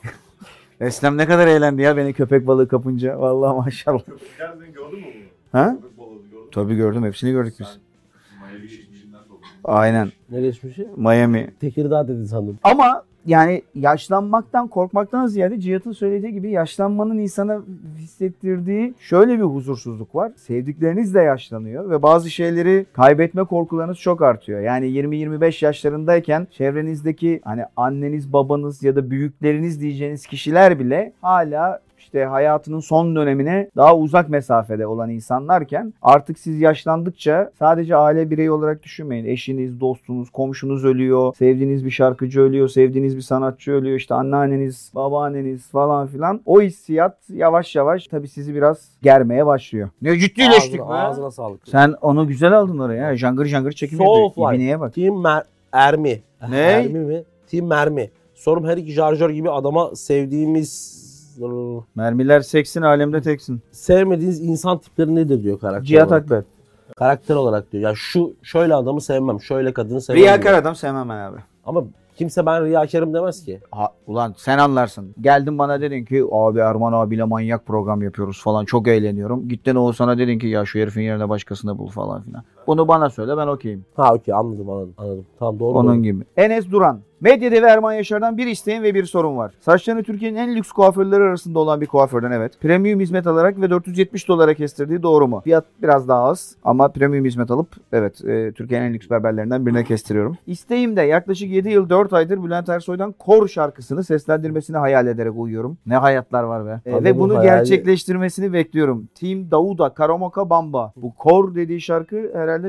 Eslem ne kadar eğlendi ya beni köpek balığı kapınca. Vallahi maşallah. Gerçekten gördün mü bunu? Ha? Köpek balığını gördün mü? Tabii gördüm. Hepsini gördük biz. Miami geçmişinden dolayı. Aynen. Ne geçmişi? Miami. Tekirdağ dedin sandım. Ama yani yaşlanmaktan korkmaktan ziyade Cihat'ın söylediği gibi yaşlanmanın insana hissettirdiği şöyle bir huzursuzluk var. Sevdikleriniz de yaşlanıyor ve bazı şeyleri kaybetme korkularınız çok artıyor. Yani 20-25 yaşlarındayken çevrenizdeki hani anneniz, babanız ya da büyükleriniz diyeceğiniz kişiler bile hala işte hayatının son dönemine daha uzak mesafede olan insanlarken artık siz yaşlandıkça sadece aile bireyi olarak düşünmeyin. Eşiniz, dostunuz, komşunuz ölüyor, sevdiğiniz bir şarkıcı ölüyor, sevdiğiniz bir sanatçı ölüyor, işte anneanneniz, babaanneniz falan filan. O hissiyat yavaş yavaş tabii sizi biraz germeye başlıyor. Ne ciddileştik be. Ağzına sağlık. Sen onu güzel aldın oraya. Jangır jangır çekim Soulfly. yapıyor. İbineye bak. Team Ermi. Ne? Ermi mi? Team Mermi. Sorum her iki şarjör gibi adama sevdiğimiz Mermiler seksin, alemde teksin. sevmediğiniz insan tipleri nedir diyor karakter Cihat olarak. Akber. Karakter olarak diyor. Ya şöyle adamı sevmem, şöyle kadını sevmem. Riyakar diyor. adam sevmem ben abi. Ama kimse ben riyakarım demez ki. Ulan sen anlarsın. Geldin bana dedin ki abi Erman abiyle manyak program yapıyoruz falan çok eğleniyorum. Gittin Oğuzhan'a dedin ki ya şu herifin yerine başkasını bul falan filan. Bunu bana söyle ben okeyim. Ha okey anladım. Tamam doğru. Onun doğru. gibi. Enes Duran. Medya Devi Erman Yaşar'dan bir isteğim ve bir sorum var. Saçlarını Türkiye'nin en lüks kuaförleri arasında olan bir kuaförden, evet. Premium hizmet alarak ve 470 dolara kestirdiği doğru mu? Fiyat biraz daha az ama premium hizmet alıp evet Türkiye'nin en lüks berberlerinden birine kestiriyorum. İsteğim de yaklaşık 7 yıl 4 aydır Bülent Ersoy'dan Kor şarkısını seslendirmesini hayal ederek uyuyorum. Ne hayatlar var be. Tabii Ve bu bunu hayali- gerçekleştirmesini bekliyorum. Team Dauda Karamoka Bamba. Bu Kor dediği şarkı herhalde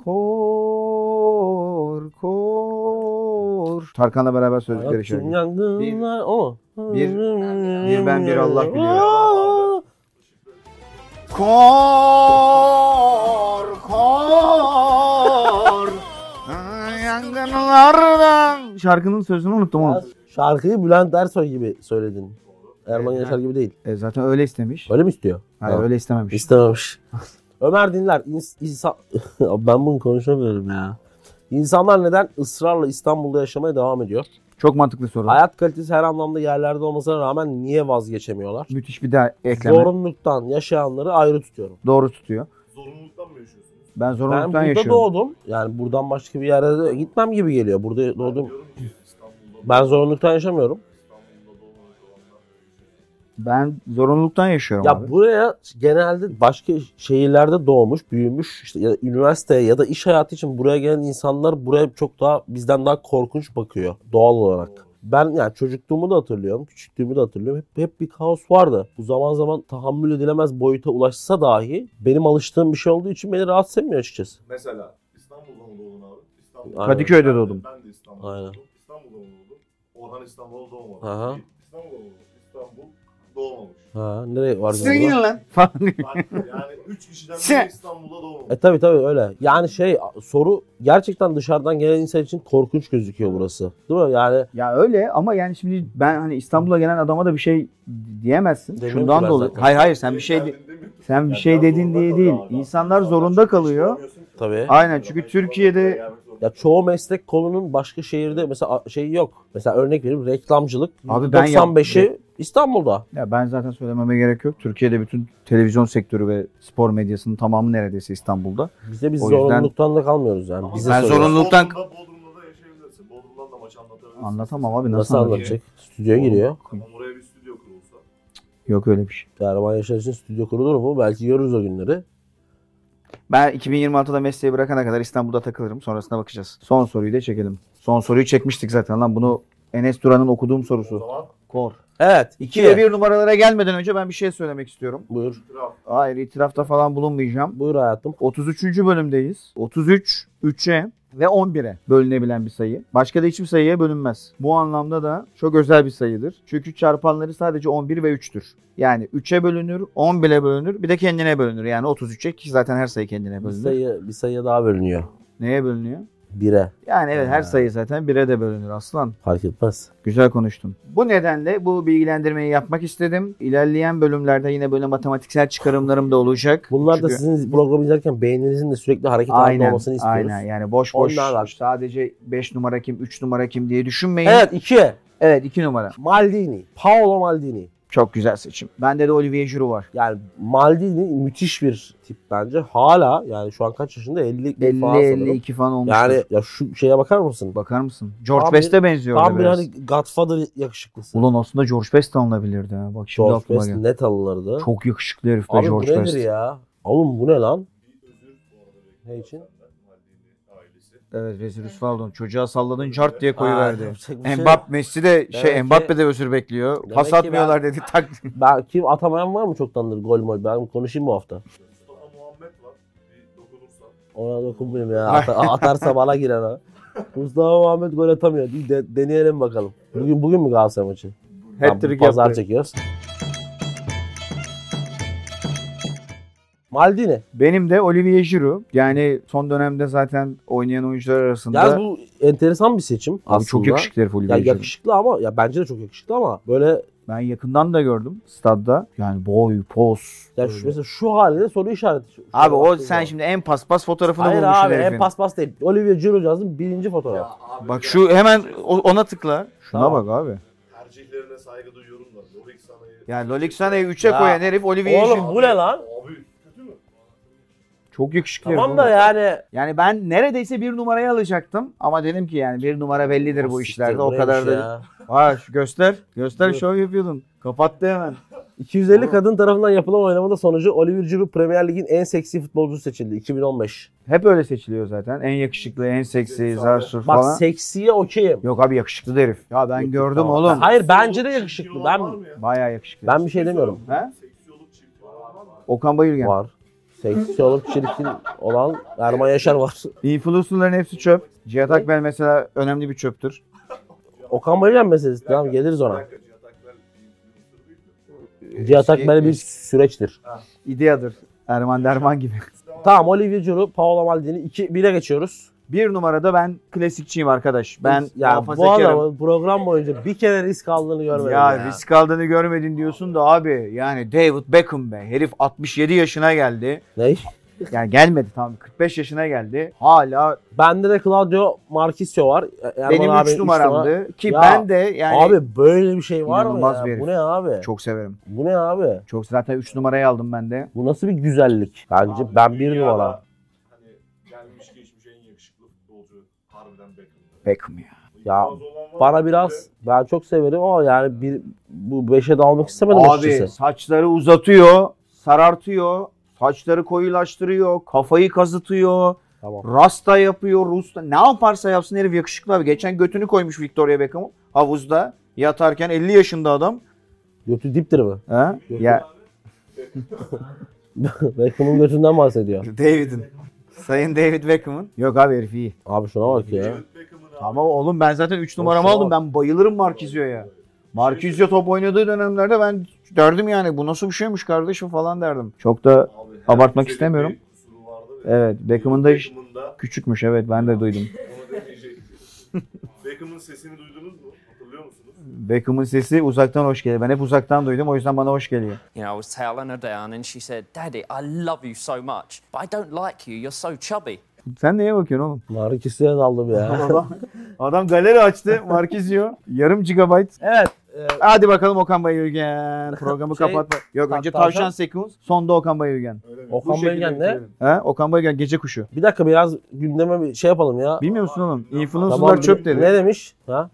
Kor. Tarkan'la beraber söyledikleri şarkı. Hayatım yangınlar o. bir ben bir Allah biliyor. Aa! Kor. Yangınlardan. Şarkının sözünü unuttum oğlum. Şarkıyı Bülent Ersoy gibi söyledin. Erman Yaşar gibi değil. Zaten öyle istemiş. Öyle mi istiyor? Hayır Ha. öyle istememiş. İstememiş. Ömer Dinler. İnsan... ben bunu konuşamıyorum ya. İnsanlar neden ısrarla İstanbul'da yaşamaya devam ediyor? Çok mantıklı soru. Hayat kalitesi her anlamda yerlerde olmasına rağmen niye vazgeçemiyorlar? Müthiş bir daha ekleme. Zorunluluktan yaşayanları ayrı tutuyorum. Doğru tutuyor. Zorunluluktan mı yaşıyorsunuz? Ben Ben zorunluluktan burada yaşıyorum. doğdum. Yani buradan başka bir yere de gitmem gibi geliyor. Burada doğdum. Diyorum ki İstanbul'da Ben zorunluluktan yaşamıyorum. İstanbul'da doğmamış olanlar. Ben zorunluluktan yaşıyorum Ya abi. buraya genelde başka şehirlerde doğmuş, büyümüş, işte ya üniversiteye ya da iş hayatı için buraya gelen insanlar buraya çok daha bizden daha korkunç bakıyor doğal olarak. Ben yani çocukluğumu da hatırlıyorum, küçüklüğümü de hatırlıyorum. Hep bir kaos vardı. Bu zaman zaman tahammül edilemez boyuta ulaşsa dahi benim alıştığım bir şey olduğu için beni rahatsız etmiyor açıkçası. Mesela İstanbul'da mı doğdun abi? İstanbul'da. Aynen. Kadıköy'de doğdum. Ben de İstanbul'da Aynen. doğdum. İstanbul'da mı doğdum? Orhan İstanbul'da doğmadı. Aha. İstanbul'da mı doğdum? İstanbul doğmamış. Ha, nereye var Sen yine canım? lan. Falan. Yani 3 kişiden biri İstanbul'da doğmamış. Tabii öyle. Yani soru gerçekten dışarıdan gelen insan için korkunç gözüküyor burası. Değil mi? Yani Ya öyle ama yani şimdi ben hani İstanbul'a gelen adama da bir şey diyemezsin. Demiyorum Şundan ki ben dolayı. zaten. Hayır sen bir şey sen bir şey dedin diye değil. İnsanlar zorunda kalıyor. tabii. Aynen çünkü Türkiye'de Ya çoğu meslek kolunun başka şehirde mesela yok. Mesela örnek vereyim reklamcılık. Abi ben 95'i İstanbul'da. ya ben zaten söylememe gerek yok. Türkiye'de bütün televizyon sektörü ve spor medyasının tamamı neredeyse İstanbul'da. Biz O yüzden- zorunluluktan da kalmıyoruz yani. Bize Ben soruyorlar. zorunluluktan- Bodrum'da da yaşayabilirsin. Bodrum'dan da maç anlatabilirsin. Anlatamam abi Nasıl nasıl anlatacak? anlatacak? Stüdyoya giriyor. Ama oraya bir stüdyo kurulsa. Yok öyle bir şey. Erman Yaşar için stüdyo kurulur mu? Belki görürüz o günleri. Ben 2026'da mesleği bırakana kadar İstanbul'da takılırım. Sonrasına bakacağız. Son soruyu da çekelim. Son soruyu çekmiştik zaten lan. Bunu Enes Duran'ın okuduğum O sorusu. zaman Kor. Evet. 2 ve 1 numaralara gelmeden önce ben bir şey söylemek istiyorum. Buyur. itiraf. Hayır itirafta falan bulunmayacağım. Buyur hayatım. 33. bölümdeyiz. 33, 3'e ve 11'e bölünebilen bir sayı. Başka da hiçbir sayıya bölünmez. Bu anlamda da çok özel bir sayıdır. Çünkü çarpanları sadece 11 ve 3'tür. Yani 3'e bölünür, 11'e bölünür, bir de kendine bölünür. Yani 33'e ki zaten her sayı kendine bölünür. Bir sayıya daha bölünüyor. Neye bölünüyor? 1'e. Yani evet her sayı zaten 1'e de bölünür aslan. Fark etmez. Güzel konuştun. Bu nedenle bu bilgilendirmeyi yapmak istedim. İlerleyen bölümlerde yine böyle matematiksel çıkarımlarım da olacak. Bunlar da Çünkü- sizin programı izlerken beyninizin de sürekli hareket halinde Aynen, olmasını istiyoruz. aynen. Yani boş boş Onlar var. sadece 5 numara kim, 3 numara kim diye düşünmeyin. Evet 2. Evet 2 numara. Maldini. Paolo Maldini. Çok güzel seçim. Bende de Olivier Giroud var. Yani Maldini müthiş bir tip bence. Hala yani şu an kaç yaşında? 50 falan sanırım. 50-52 falan olmuştur. Yani ya şu şeye bakar mısın? Bakar mısın? George Tam Best'e benziyor Tam orada bir biraz. hani Godfather yakışıklısı. Ulan aslında George Best de alınabilirdi ha. Bak şimdi George aklıma Best geldi. net alınırdı. Çok yakışıklı herif be Abi bu George nedir Best. ya? Oğlum bu ne lan? Bir özür bu arada bekliyorum Ne için? senden, Maldini ailesi. Evet Rezil Rüsvaldo'nun çocuğa salladın cart diye koyuverdi. yapacak bir şey yok. Mbappe Messi de Demek ki- Mbappe de özür bekliyor. Demek Pas ki atmıyorlar dedi tak. Kim atamayan var mı çoktandır gol mol? Ben konuşayım bu hafta. Mustafa Muhammed var. Bir dokunursan. Ona dokunmayayım ya. Atarsa bana girer ha. Mustafa Muhammed gol atamıyor. Bir deneyelim bakalım. Bugün mü Galatasaray maçı? Hat-trick Pazar yaptı. çekiyoruz. Maldini. Benim de Olivier Giroud. Yani son dönemde zaten oynayan oyuncular arasında. Yalnız bu enteresan bir seçim Abi aslında. çok yakışıklı herif Ya Olivier Giroud. yakışıklı ama ya bence de çok yakışıklı ama böyle Ben yakından da gördüm stadda. Yani boy, poz. ya böyle. mesela şu halinde soru işareti. Abi o baktığın sen zaman. şimdi en paspas fotoğrafını Hayır bulmuşsun abi herifin. en paspas değil. Olivier Giroud yazdım birinci fotoğraf. Abi Bak şu hemen ona tıkla. Şuna Tamam. bak abi. tercihlerine saygı duyuyorum da. Lorik Sana'yı. Yani Lolik Sana'yı 3'e Ya, koyan herif Olivier Oğlum Giroud. bu ne lan? Abi kötü mü? Çok yakışıklı herif Tamam da oğlum. yani ben neredeyse bir numarayı alacaktım ama dedim ki yani bir numara bellidir bu işlerde, o kadar da. Ya. Ha göster şov yapıyordun. Kapattı hemen. 250 kadın tarafından yapılan oylamada sonucu Olivier Giroud Premier Lig'in en seksi futbolcusu seçildi 2015. Hep öyle seçiliyor zaten. En yakışıklı, en seksi, zarsur Bak falan. seksiye okeyim. Yok abi yakışıklı da herif. Ya ben gördüm Tamam. oğlum. Hayır bence de yakışıklı. Ben Bayağı yakışıklı. ben bir şey demiyorum. He? Seksi olup çirkin olan var mı? Okan Bayülgen. Var. Seksi olup çirkin olan Erman Yaşar var. Influencer'ların hepsi çöp. Cihat Akbel mesela önemli bir çöptür. Okan Bayülgen meselesi. Tamam geliriz ona. Cihat Akbel bir influencer değil mi? Cihat Akbel bir süreçtir. İdeadır. Erman Derman gibi. Tamam Olivier Giroud, Paolo Maldini 2-1'e geçiyoruz. Bir numarada ben klasikçiyim arkadaş. Ben ya bu muhafazakarım. adamın program boyunca bir kere risk aldığını görmedim Ya ya. risk aldığını görmedin diyorsun da abi yani David Beckham be. Herif 67 yaşına geldi. Ne? Yani gelmedi tamam 45 yaşına geldi. Hala Bende de Claudio Marchisio var. Erman benim abi 3 numaramdı. Ki Ya, ben de yani Abi böyle bir şey var mı İnanılmaz ya? bir herif. Bu ne abi? çok severim. Bu ne abi? Çok zaten 3 numarayı aldım ben de. Bu nasıl bir güzellik? Bence ben bir Dünyada numara. Hani gelmiş geçmiş en yakışıklı futbolcu harbiden Beckham'dı. Beckham ya. Ya, İtiraz olan var Bana mı? biraz ben çok severim ama yani bu 5'e de almak istemedim Abi açıkçası. saçları uzatıyor, sarartıyor, saçları koyulaştırıyor, kafayı kazıtıyor, Tamam. rasta yapıyor, rusta. Ne yaparsa yapsın herif yakışıklı abi. Geçen götünü koymuş Victoria Beckham havuzda yatarken 50 yaşında adam. Götü diptir mi? Ha? Ya Beckham'ın götünden bahsediyor. David'in. Sayın David Beckham'ın. Yok abi herif iyi. Abi şuna bak ya. David Beckham'ın abi. Ama oğlum ben zaten 3 numaramı aldım. Ben bayılırım Marquinhos'a. Marquinhos top oynadığı dönemlerde ben derdim yani bu nasıl bir şeymiş kardeşim falan derdim. Çok da Abi, her abartmak güzelin istemiyorum. bir kusuru vardır ya. Evet Beckham'ın da Beckham'ın da küçükmüş evet ben de duydum. onu demeyecektim. Beckham'ın sesini duydunuz mu? Hatırlıyor musunuz? Beckham'ın sesi uzaktan hoş geliyor. Ben hep uzaktan duydum o yüzden bana hoş geliyor. You know, I was tailing her down and she said, Daddy, I love you so much, but I don't like you. You're so chubby. Sen neye bakıyorsun oğlum? Marquis'e daldım ya. Adam galeri açtı Marquinhos. Yarım gigabayt. Evet. Hadi bakalım Okan Bayülgen. Programı Şey, kapatma. Yok önce Tavşan. Tavşan Sekund, sonda Okan Bayülgen. Okan Bayülgen ne? He? Okan Bayülgen gece kuşu. Bir dakika biraz gündeme bir şey yapalım ya. Bilmiyor musun oğlum? Influencer'lar Tamam, çöp dedi. Ne demiş? Ha?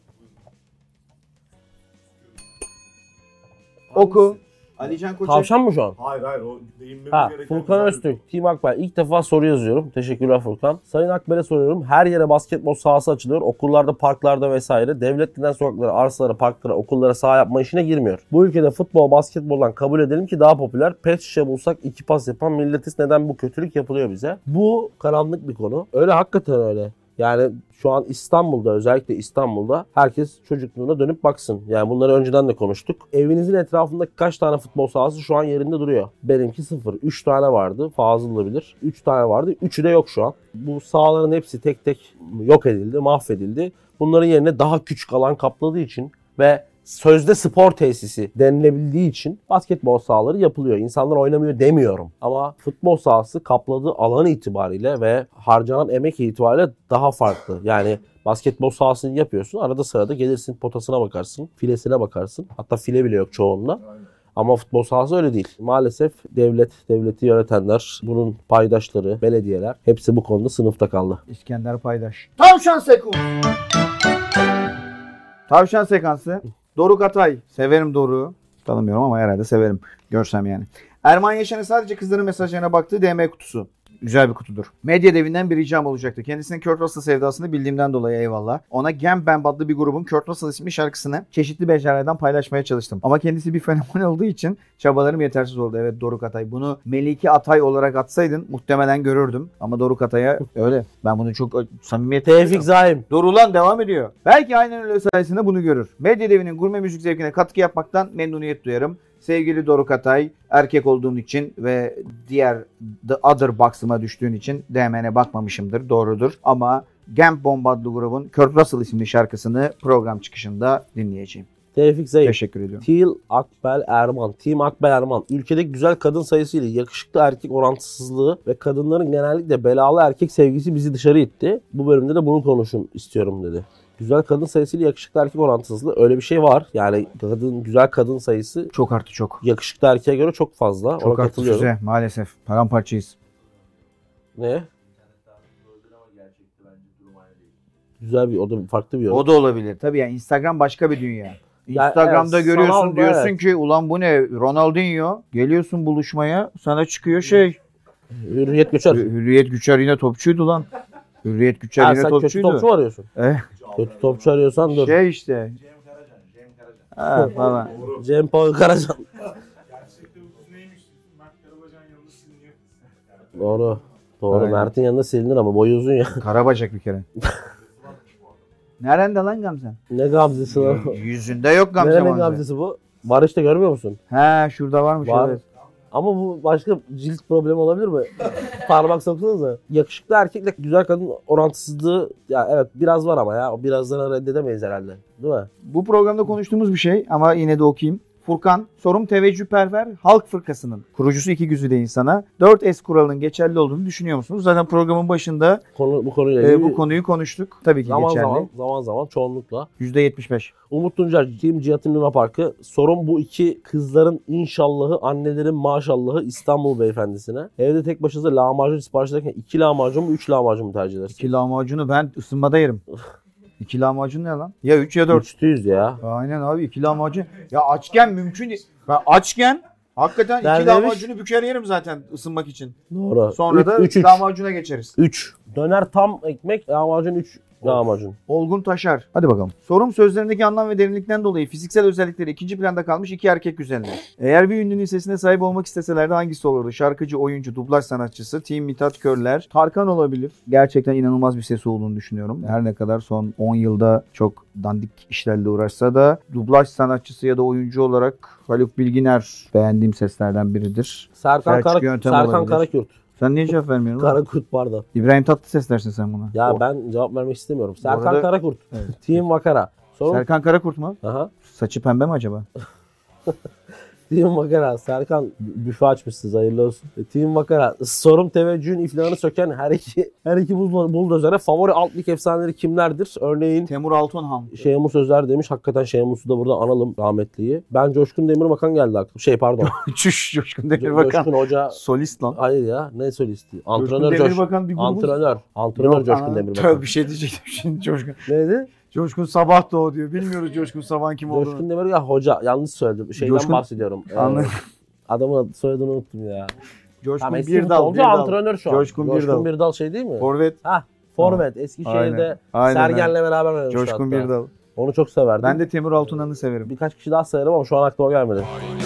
Oku. Alican Koçak. Tavşan mı şu an? Hayır o değinmemiz Ha, gereken Furkan güzel bir Öztürk, Team Akbel. İlk defa soru yazıyorum. Teşekkürler Furkan. Sayın Akbel'e soruyorum. Her yere basketbol sahası açılıyor. Okullarda, parklarda vesaire. Devlet neden sokaklara, arsalara, parklara, okullara saha yapma işine girmiyor? Bu ülkede futbol, basketboldan kabul edelim ki daha popüler. Pet şişe bulsak 2 pas yapan milletiz. Neden bu kötülük yapılıyor bize? Bu karanlık bir konu. Öyle hakikaten öyle. Yani şu an İstanbul'da özellikle İstanbul'da herkes çocukluğuna dönüp baksın. Yani bunları önceden de konuştuk. Evinizin etrafındaki kaç tane futbol sahası şu an yerinde duruyor? Benimki 0. 3 tane vardı. Fazıl da bilir. 3 tane vardı. 3'ü de yok şu an. Bu sahaların hepsi tek tek yok edildi, mahvedildi. Bunların yerine daha küçük alan kapladığı için ve sözde spor tesisi denilebildiği için basketbol sahaları yapılıyor. İnsanlar oynamıyor demiyorum. Ama futbol sahası kapladığı alan itibariyle ve harcanan emek itibariyle daha farklı. Yani basketbol sahasını yapıyorsun. Arada sırada gelirsin potasına bakarsın. Filesine bakarsın. Hatta file bile yok çoğunluğunda. Ama futbol sahası öyle değil. Maalesef devleti yönetenler, bunun paydaşları, belediyeler hepsi bu konuda sınıfta kaldı. İskender Paydaş. Tavşan Sekund. Tavşan sekansı. Doruk Atay. Severim Doruk'u. Tanımıyorum ama herhalde severim. Görsem yani. Erman Yaşar'ın sadece kızların mesajlarına baktığı DM kutusu. Güzel bir kutudur. Medya devinden bir ricam olacaktı. Kendisinin Kurt Russell sevdasını bildiğimden dolayı eyvallah. Ona Gam Bam adlı bir grubun Kurt Russell isimli şarkısını çeşitli mecralardan paylaşmaya çalıştım. Ama kendisi bir fenomen olduğu için çabalarım yetersiz oldu. Evet Doruk Atay. Bunu Melike Atay olarak atsaydın muhtemelen görürdüm. Ama Doruk Atay'a öyle. Ben bunu çok samimiyetle... Tevfik Zaim. Dorulan devam ediyor. Belki aynen öyle sayesinde bunu görür. Medya devinin gurme müzik zevkine katkı yapmaktan memnuniyet duyarım. Sevgili Doruk Atay, erkek olduğun için ve diğer The Other Box'ıma düştüğün için DM'ne bakmamışımdır. Doğrudur. Ama Gamp Bomb adlı grubun Kurt Russell isimli şarkısını program çıkışında dinleyeceğim. Tevfik Zaim. Teşekkür ediyorum. Team Akbel Erman. Team Akbel Erman. Ülkedeki güzel kadın sayısıyla yakışıklı erkek orantısızlığı ve kadınların genellikle belalı erkek sevgisi bizi dışarı itti. Bu bölümde de bunu konuşun istiyorum dedi. Güzel kadın sayısıyla yakışıklı erkek orantısızlığı öyle bir şey var. Yani güzel kadın sayısı Çok arttı çok. yakışıklı erkeğe göre çok fazla. Ona Çok arttı katılıyorum. Füze maalesef. Paramparçayız. Ne? Güzel bir, o da farklı bir yorum. O da olabilir. Tabii yani Instagram başka bir dünya. Ya Instagram'da evet, görüyorsun sanal da diyorsun evet. ki ulan bu ne Ronaldinho. Geliyorsun buluşmaya sana çıkıyor şey. Hürriyet Göçer. Hürriyet Güçer yine topçuydu lan. Hürriyet Güçer Ha, yine sen kötü topçuydu. topçu mu arıyorsun? Kötü topçu arıyorsan dur. Şey işte. Ha falan. Cem Paul Karacan. Gerçekten bu neymiş? Mert Karabacan yanında siliniyor. Doğru. Doğru. Aynen. Mert'in yanında silinir ama boyu uzun ya. Karabacak bir kere. Nerede lan Gamze? Ne gamzesi lan? Yüzünde yok Gamze Nerenin Gamze. gamzesi bu? Barış'ta görmüyor musun? He şurada varmış Var. evet. Ama bu başka cilt problemi olabilir mi? Parmak soksanıza. Yakışıklı erkekle güzel kadın orantısızlığı ya evet biraz var ama ya o birazdan reddedemeyiz herhalde. Değil mi? Bu programda konuştuğumuz bir şey ama yine de okuyayım. Furkan, Sorum Teveccühperver Halk Fırkası'nın kurucusu iki güzide insana 4S kuralının geçerli olduğunu düşünüyor musunuz? Zaten programın başında Bu konuyla ilgili bu konuyu konuştuk. Tabii ki zaman geçerli. zaman çoğunlukla. %75. Umut Tuncer, Team Cihat'ın Luna Parkı. Sorun bu iki kızların inşallahı, annelerin maşallahı İstanbul beyefendisine. Evde tek başınıza lahmacun sipariş ederken 2 lahmacun mu 3 lahmacun mu tercih edersin? 2 lahmacunu ben ısınmada yerim. 2 lahmacun ne lan? Ya 3 ya 4. 300 ya. Aynen abi 2 lahmacun. Ya açken mümkün değil. Ben açken hakikaten 2 Neredeymiş? lahmacunu büker yerim zaten ısınmak için. Doğru. Sonra da 3 lahmacuna geçeriz. 3. Döner tam ekmek, lahmacun 3 lahmacun. Olgun Taşar. Hadi bakalım. Sorum sözlerindeki anlam ve derinlikten dolayı fiziksel özellikleri ikinci planda kalmış iki erkek güzeller. Eğer bir ünlünün sesine sahip olmak isteselerdi hangisi olurdu? Şarkıcı, oyuncu, dublaj sanatçısı, Team Mithat Körler, Tarkan olabilir. Gerçekten inanılmaz bir sesi olduğunu düşünüyorum. Her ne kadar son 10 yılda çok dandik işlerle uğraşsa da dublaj sanatçısı ya da oyuncu olarak Haluk Bilginer beğendiğim seslerden biridir. Serkan Selçuk olabilir. Karakurt. Sen niye cevap vermiyorsun? oğlum? Karakurt pardon. İbrahim Tatlıses dersin sen buna. Ya ben cevap vermek istemiyorum. Serkan arada- Karakurt. Evet. Team Makara. Sorun. Serkan Karakurt mu? Aha. Saçı pembe mi acaba? Team Makara. Serkan büfe açmışsınız hayırlı olsun. Team Makara. Sorum teveccühün iflahını söken her iki buldozere favori alt lig efsaneleri kimlerdir? Örneğin Temur Altunhan. Şeymus Özer demiş. Hakikaten Şeymus'u da burada analım rahmetliyi. Ben Coşkun Demirbakan geldi aklıma. Pardon. Çüş Coşkun Demirbakan. Coşkun Hoca. Solist lan. Hayır ya. Ne solisti? Antrenör Coşkun Demirbakan bir grubun. Antrenör Coşkun Demirbakan. Tövbe bir şey diyecektim şimdi Coşkun. Neydi? Coşkun Sabah doğu diyor. Bilmiyoruz Coşkun Sabah'ın kim olduğunu. Coşkun Demirbakan hoca. Yanlış söyledim. Şeyden Coşkun- bahsediyorum. Anladım. Adamın soyadını unuttum ya. Coşkun Tamam, eski Birdal. futbolcu, antrenör şu an. Coşkun Birdal. Birdal şey değil mi? Forvet. Forvet. Eskişehir'de Aynen. Sergen'le beraber oynamıştı Coşkun hatta. Birdal. Onu çok severdim. Ben de Temur Altunhan'ı severim. Birkaç kişi daha sayarım ama şu an aklıma gelmedi.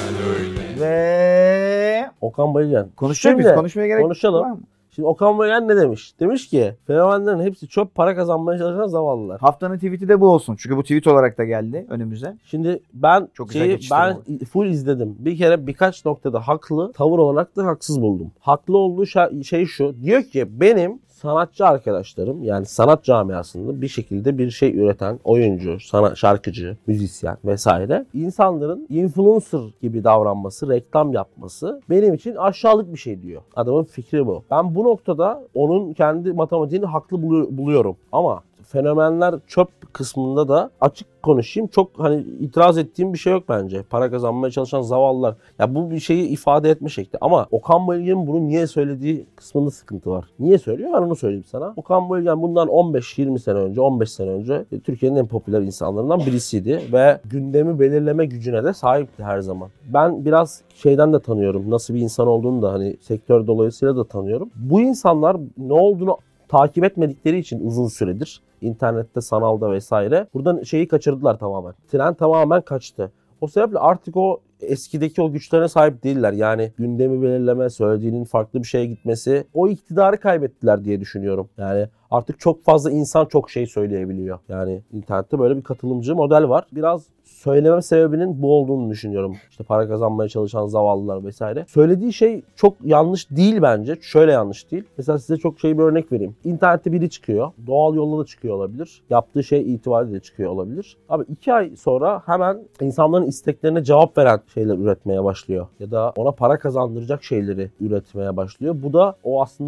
Ve Okan Bayülgen. konuşacak Şimdi mıyız? Konuşmaya gerek konuşalım. var mı? Şimdi Okan Bayülgen ne demiş? Demiş ki fenomenlerin hepsi çöp para kazanmaya çalışan zavallılar. Haftanın tweet'i de bu olsun. Çünkü bu tweet olarak da geldi önümüze. Şimdi ben Çok güzel geçiştirme full izledim. Bir kere birkaç noktada haklı, tavır olarak da haksız buldum. Haklı olduğu şey şu. Diyor ki benim sanatçı arkadaşlarım yani sanat camiasında bir şekilde bir şey üreten oyuncu, şarkıcı, müzisyen vesaire insanların influencer gibi davranması, reklam yapması benim için aşağılık bir şey diyor. Adamın fikri bu. Ben bu noktada onun kendi matematiğini haklı buluyorum. Ama fenomenler çöp kısmında da açık konuşayım. Çok hani itiraz ettiğim bir şey yok bence. Para kazanmaya çalışan zavallılar. Ya bu bir şeyi ifade etme şekli. Ama Okan Bayülgen'in bunu niye söylediği kısmında sıkıntı var. Niye söylüyor? Ben onu söyleyeyim sana. Okan Bayülgen bundan 15-20 sene önce, 15 sene önce Türkiye'nin en popüler insanlarından birisiydi. Ve gündemi belirleme gücüne de sahipti her zaman. Ben biraz şeyden de tanıyorum. Nasıl bir insan olduğunu da hani sektör dolayısıyla da tanıyorum. Bu insanlar ne olduğunu takip etmedikleri için uzun süredir internette, sanalda vesaire buradan şeyi kaçırdılar tamamen. Tren tamamen kaçtı. O sebeple artık o eskideki o güçlerine sahip değiller. Yani gündemi belirleme, söylediğinin farklı bir şeye gitmesi, o iktidarı kaybettiler diye düşünüyorum. Yani artık çok fazla insan çok şey söyleyebiliyor. Yani internette böyle bir katılımcı model var. Biraz söyleme sebebinin bu olduğunu düşünüyorum. İşte para kazanmaya çalışan zavallılar vesaire. Söylediği şey çok yanlış değil bence. Şöyle yanlış değil. Mesela size çok bir örnek vereyim. İnternette biri çıkıyor. Doğal yolla da çıkıyor olabilir. Yaptığı şey itibariyle de çıkıyor olabilir. Abi 2 ay sonra hemen insanların isteklerine cevap veren şeyler üretmeye başlıyor. Ya da ona para kazandıracak şeyleri üretmeye başlıyor. Bu da o aslında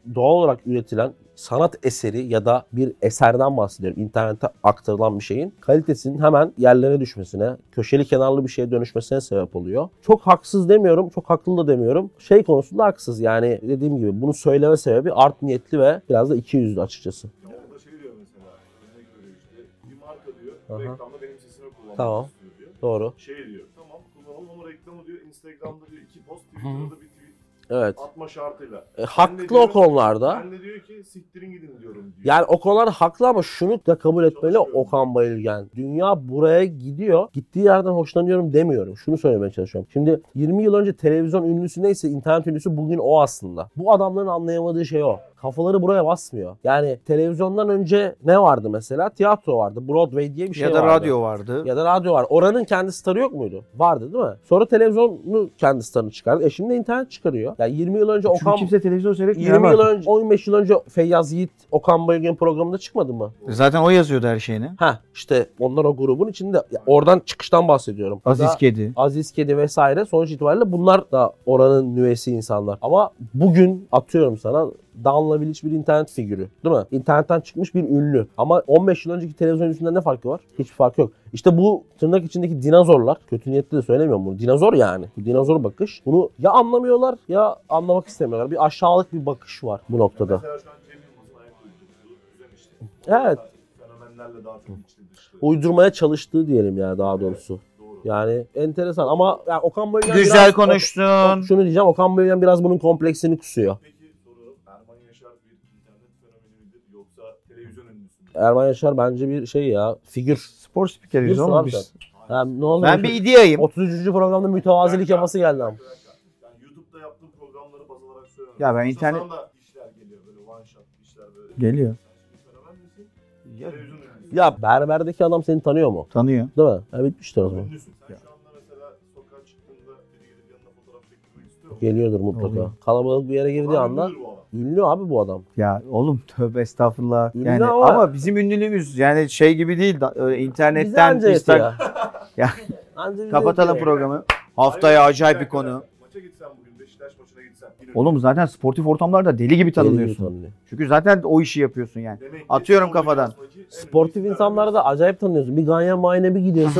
doğal olarak üretilen sanat eseri ya da bir eserden bahsediyorum. İnternete aktarılan bir şeyin kalitesinin hemen yerlere düşmesine, köşeli kenarlı bir şeye dönüşmesine sebep oluyor. Çok haksız demiyorum, çok haklı da demiyorum. Şey konusunda haksız. Yani dediğim gibi bunu söyleme sebebi art niyetli ve biraz da ikiyüzlü açıkçası. Orada şey diyor mesela, örnek veriyor işte, bir marka diyor, Aha. reklamda benim sesimi kullanmak Tamam. istiyor diyor. Doğru. Şey diyor, tamam kullanalım ama reklamı diyor, Instagram'da diyor 2 post, Twitter'da bir tweet Evet. atma şartıyla. Haklı o konularda. Ben de diyor ki siktirin gidin diyorum diyor. Yani o konular haklı ama şunu da kabul etmeli Okan Bayülgen. Dünya buraya gidiyor. Gittiği yerden hoşlanıyorum demiyorum. Şunu söylemeye çalışıyorum. Şimdi 20 yıl önce televizyon ünlüsü neyse internet ünlüsü bugün o aslında. Bu adamların anlayamadığı şey o. Kafaları buraya basmıyor. Yani televizyondan önce ne vardı mesela? Tiyatro vardı. Broadway diye bir şey Ya vardı. da radyo vardı. Ya da radyo var. Oranın kendi starı yok muydu? Vardı değil mi? Sonra televizyonu kendi starını çıkardı. Şimdi internet çıkarıyor. Yani 20 yıl önce Çünkü Okan... kimse televizyon seyretmiyor. 20 yıl artık. önce, 15 yıl önce Feyyaz Yiğit Okan Bayülgen programında çıkmadı mı? Zaten o yazıyordu her şeyini. Ha işte onlar o grubun içinde. Ya oradan çıkıştan bahsediyorum. Aziz Ya da Kedi. Aziz Kedi vesaire sonuç itibariyle bunlar da oranın nüvesi insanlar. Ama bugün atıyorum sana Danla Bilic bir internet figürü değil mi? İnternetten çıkmış bir ünlü. Ama 15 yıl önceki televizyon ünlüsünden ne farkı var? Hiçbir fark yok. İşte bu tırnak içindeki dinozorlar, kötü niyetli de söylemiyorum bunu. Dinozor yani. Bu dinozor bakış. Bunu ya anlamıyorlar ya anlamak istemiyorlar. Bir aşağılık bir bakış var bu noktada. Mesela şu an Cem Yılmaz'ın ayak uydurduğu düzen işte. Evet. Fenomenlerle daha çok içli dışlı. Uydurmaya çalıştığı diyelim yani daha doğrusu. Doğru. Yani enteresan ama yani Okan Bayülgen Güzel biraz... konuştun. Şunu diyeceğim, Okan Bayülgen biraz bunun kompleksini kusuyor. Peki soru, Erman Yaşar bir internet fenomeni midir yoksa televizyon ünlüsü mü? Erman Yaşar bence bir şey ya, figür. Spor spikeriyiz Figürsün oğlum abi biz. sen. Ha, ne oldu? Ben bir ideyayım. 33. programda mütevazilik yapması geldi ama. Yani YouTube'da yaptığım programları baz alarak söylüyorum. Ya ben Yoksa internet- sana da işler geliyor böyle one shot işler böyle. Geliyor. Sen şimdi fenomen misin? Televizyon ünlüsü. Ya berberdeki adam seni tanıyor mu? Tanıyor. Değil mi? Ha, bitmiştir o zaman. Ünlüsün. Sen şu anda mesela sokağa çıktığında biri gelip yanına fotoğraf çektirmek istiyor mu? Geliyordur mutlaka. Oluyor. Kalabalık bir yere girdiği Adam anda ünlüdür bu adam. ünlü abi bu adam. Ya oğlum tövbe estağfurullah. Ünlü Yani ama- ama bizim ünlülüğümüz yani şey gibi değil. Bize İnternetten anca yetiyor. Ya. Anca bize kapatalım yetiyor. programı. Haftaya Hayır, acayip bir dakika. konu. Maça gitsen bugün Beşiktaş maçına gitsen. yine- Oğlum zaten sportif ortamlarda deli gibi Deli gibi tanınıyorsun. tanınıyor. Çünkü zaten o işi yapıyorsun yani. Demek ki Atıyorum son kafadan. dünya maçı en Sportif büyük insanları da acayip tanıyorsun. Bir ganyan mayine bir gidiyorsun.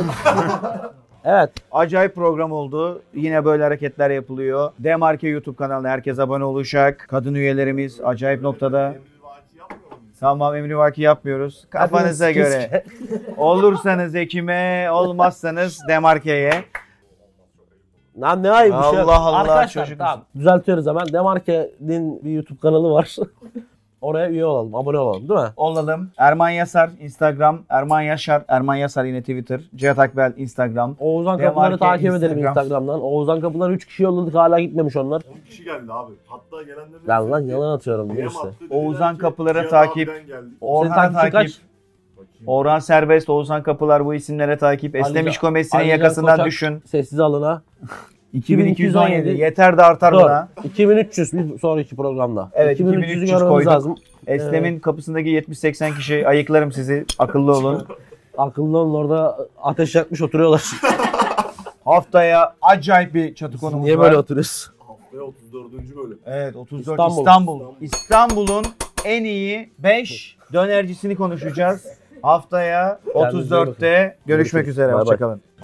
Evet. Acayip program oldu. Yine böyle hareketler yapılıyor. Demarke YouTube kanalına herkes abone olacak. Kadın üyelerimiz acayip noktada. emrivaki yapmıyor muyuz? Tamam emrivaki yapmıyoruz. Kafanıza Hepiniz göre. Olursanız Ekim'e, olmazsanız Demarke'ye. Lan ne ayıp bir şey. Allah Allah, Arkadaşlar çocuk tamam, düzeltiyoruz hemen. Demarke'nin bir YouTube kanalı var. Oraya üye olalım, abone olalım değil mi? Olalım. Erman Yasar Instagram, Erman Yaşar, Erman Yasar yine Twitter, Cihat Akbel Instagram. Oğuzhan Demarke Kapılar'ı takip edelim Instagram. Instagram'dan. Oğuzhan Kapılar 3 kişi yolladık hala gitmemiş onlar. 10 kişi geldi abi. Hatta gelenlerin Lan hepsi- yalan atıyorum DM diyor işte. attı, dediler Oğuzhan ki, Kapılar'a Cihat takip. abiden geldi. Orhan'a takipçin takip. kaç? Orhan Serbest, Oğuzhan Kapılar bu isimlere takip. Esnemiş komesinin Ali Can yakasından Koçak, düşün. Sessiz alına. 2217 yeter de artar Dur. buna. 2300 bir sonraki programda. Evet, 2300'ü 2300 görmemiz koyduk. lazım. Esnem'in kapısındaki 70-80 kişi ayıklarım sizi. Akıllı olun. Akıllı olun, orada ateş yakmış oturuyorlar. Haftaya acayip bir çatı konumuz Niye var. böyle oturuyoruz? Haftaya 34. bölüm. Evet 34 İstanbul. İstanbul. İstanbul'un en iyi 5 dönercisini konuşacağız. Haftaya Kendinize iyi bakın. 34'te görüşmek üzere. Bay bay. Hoşçakalın.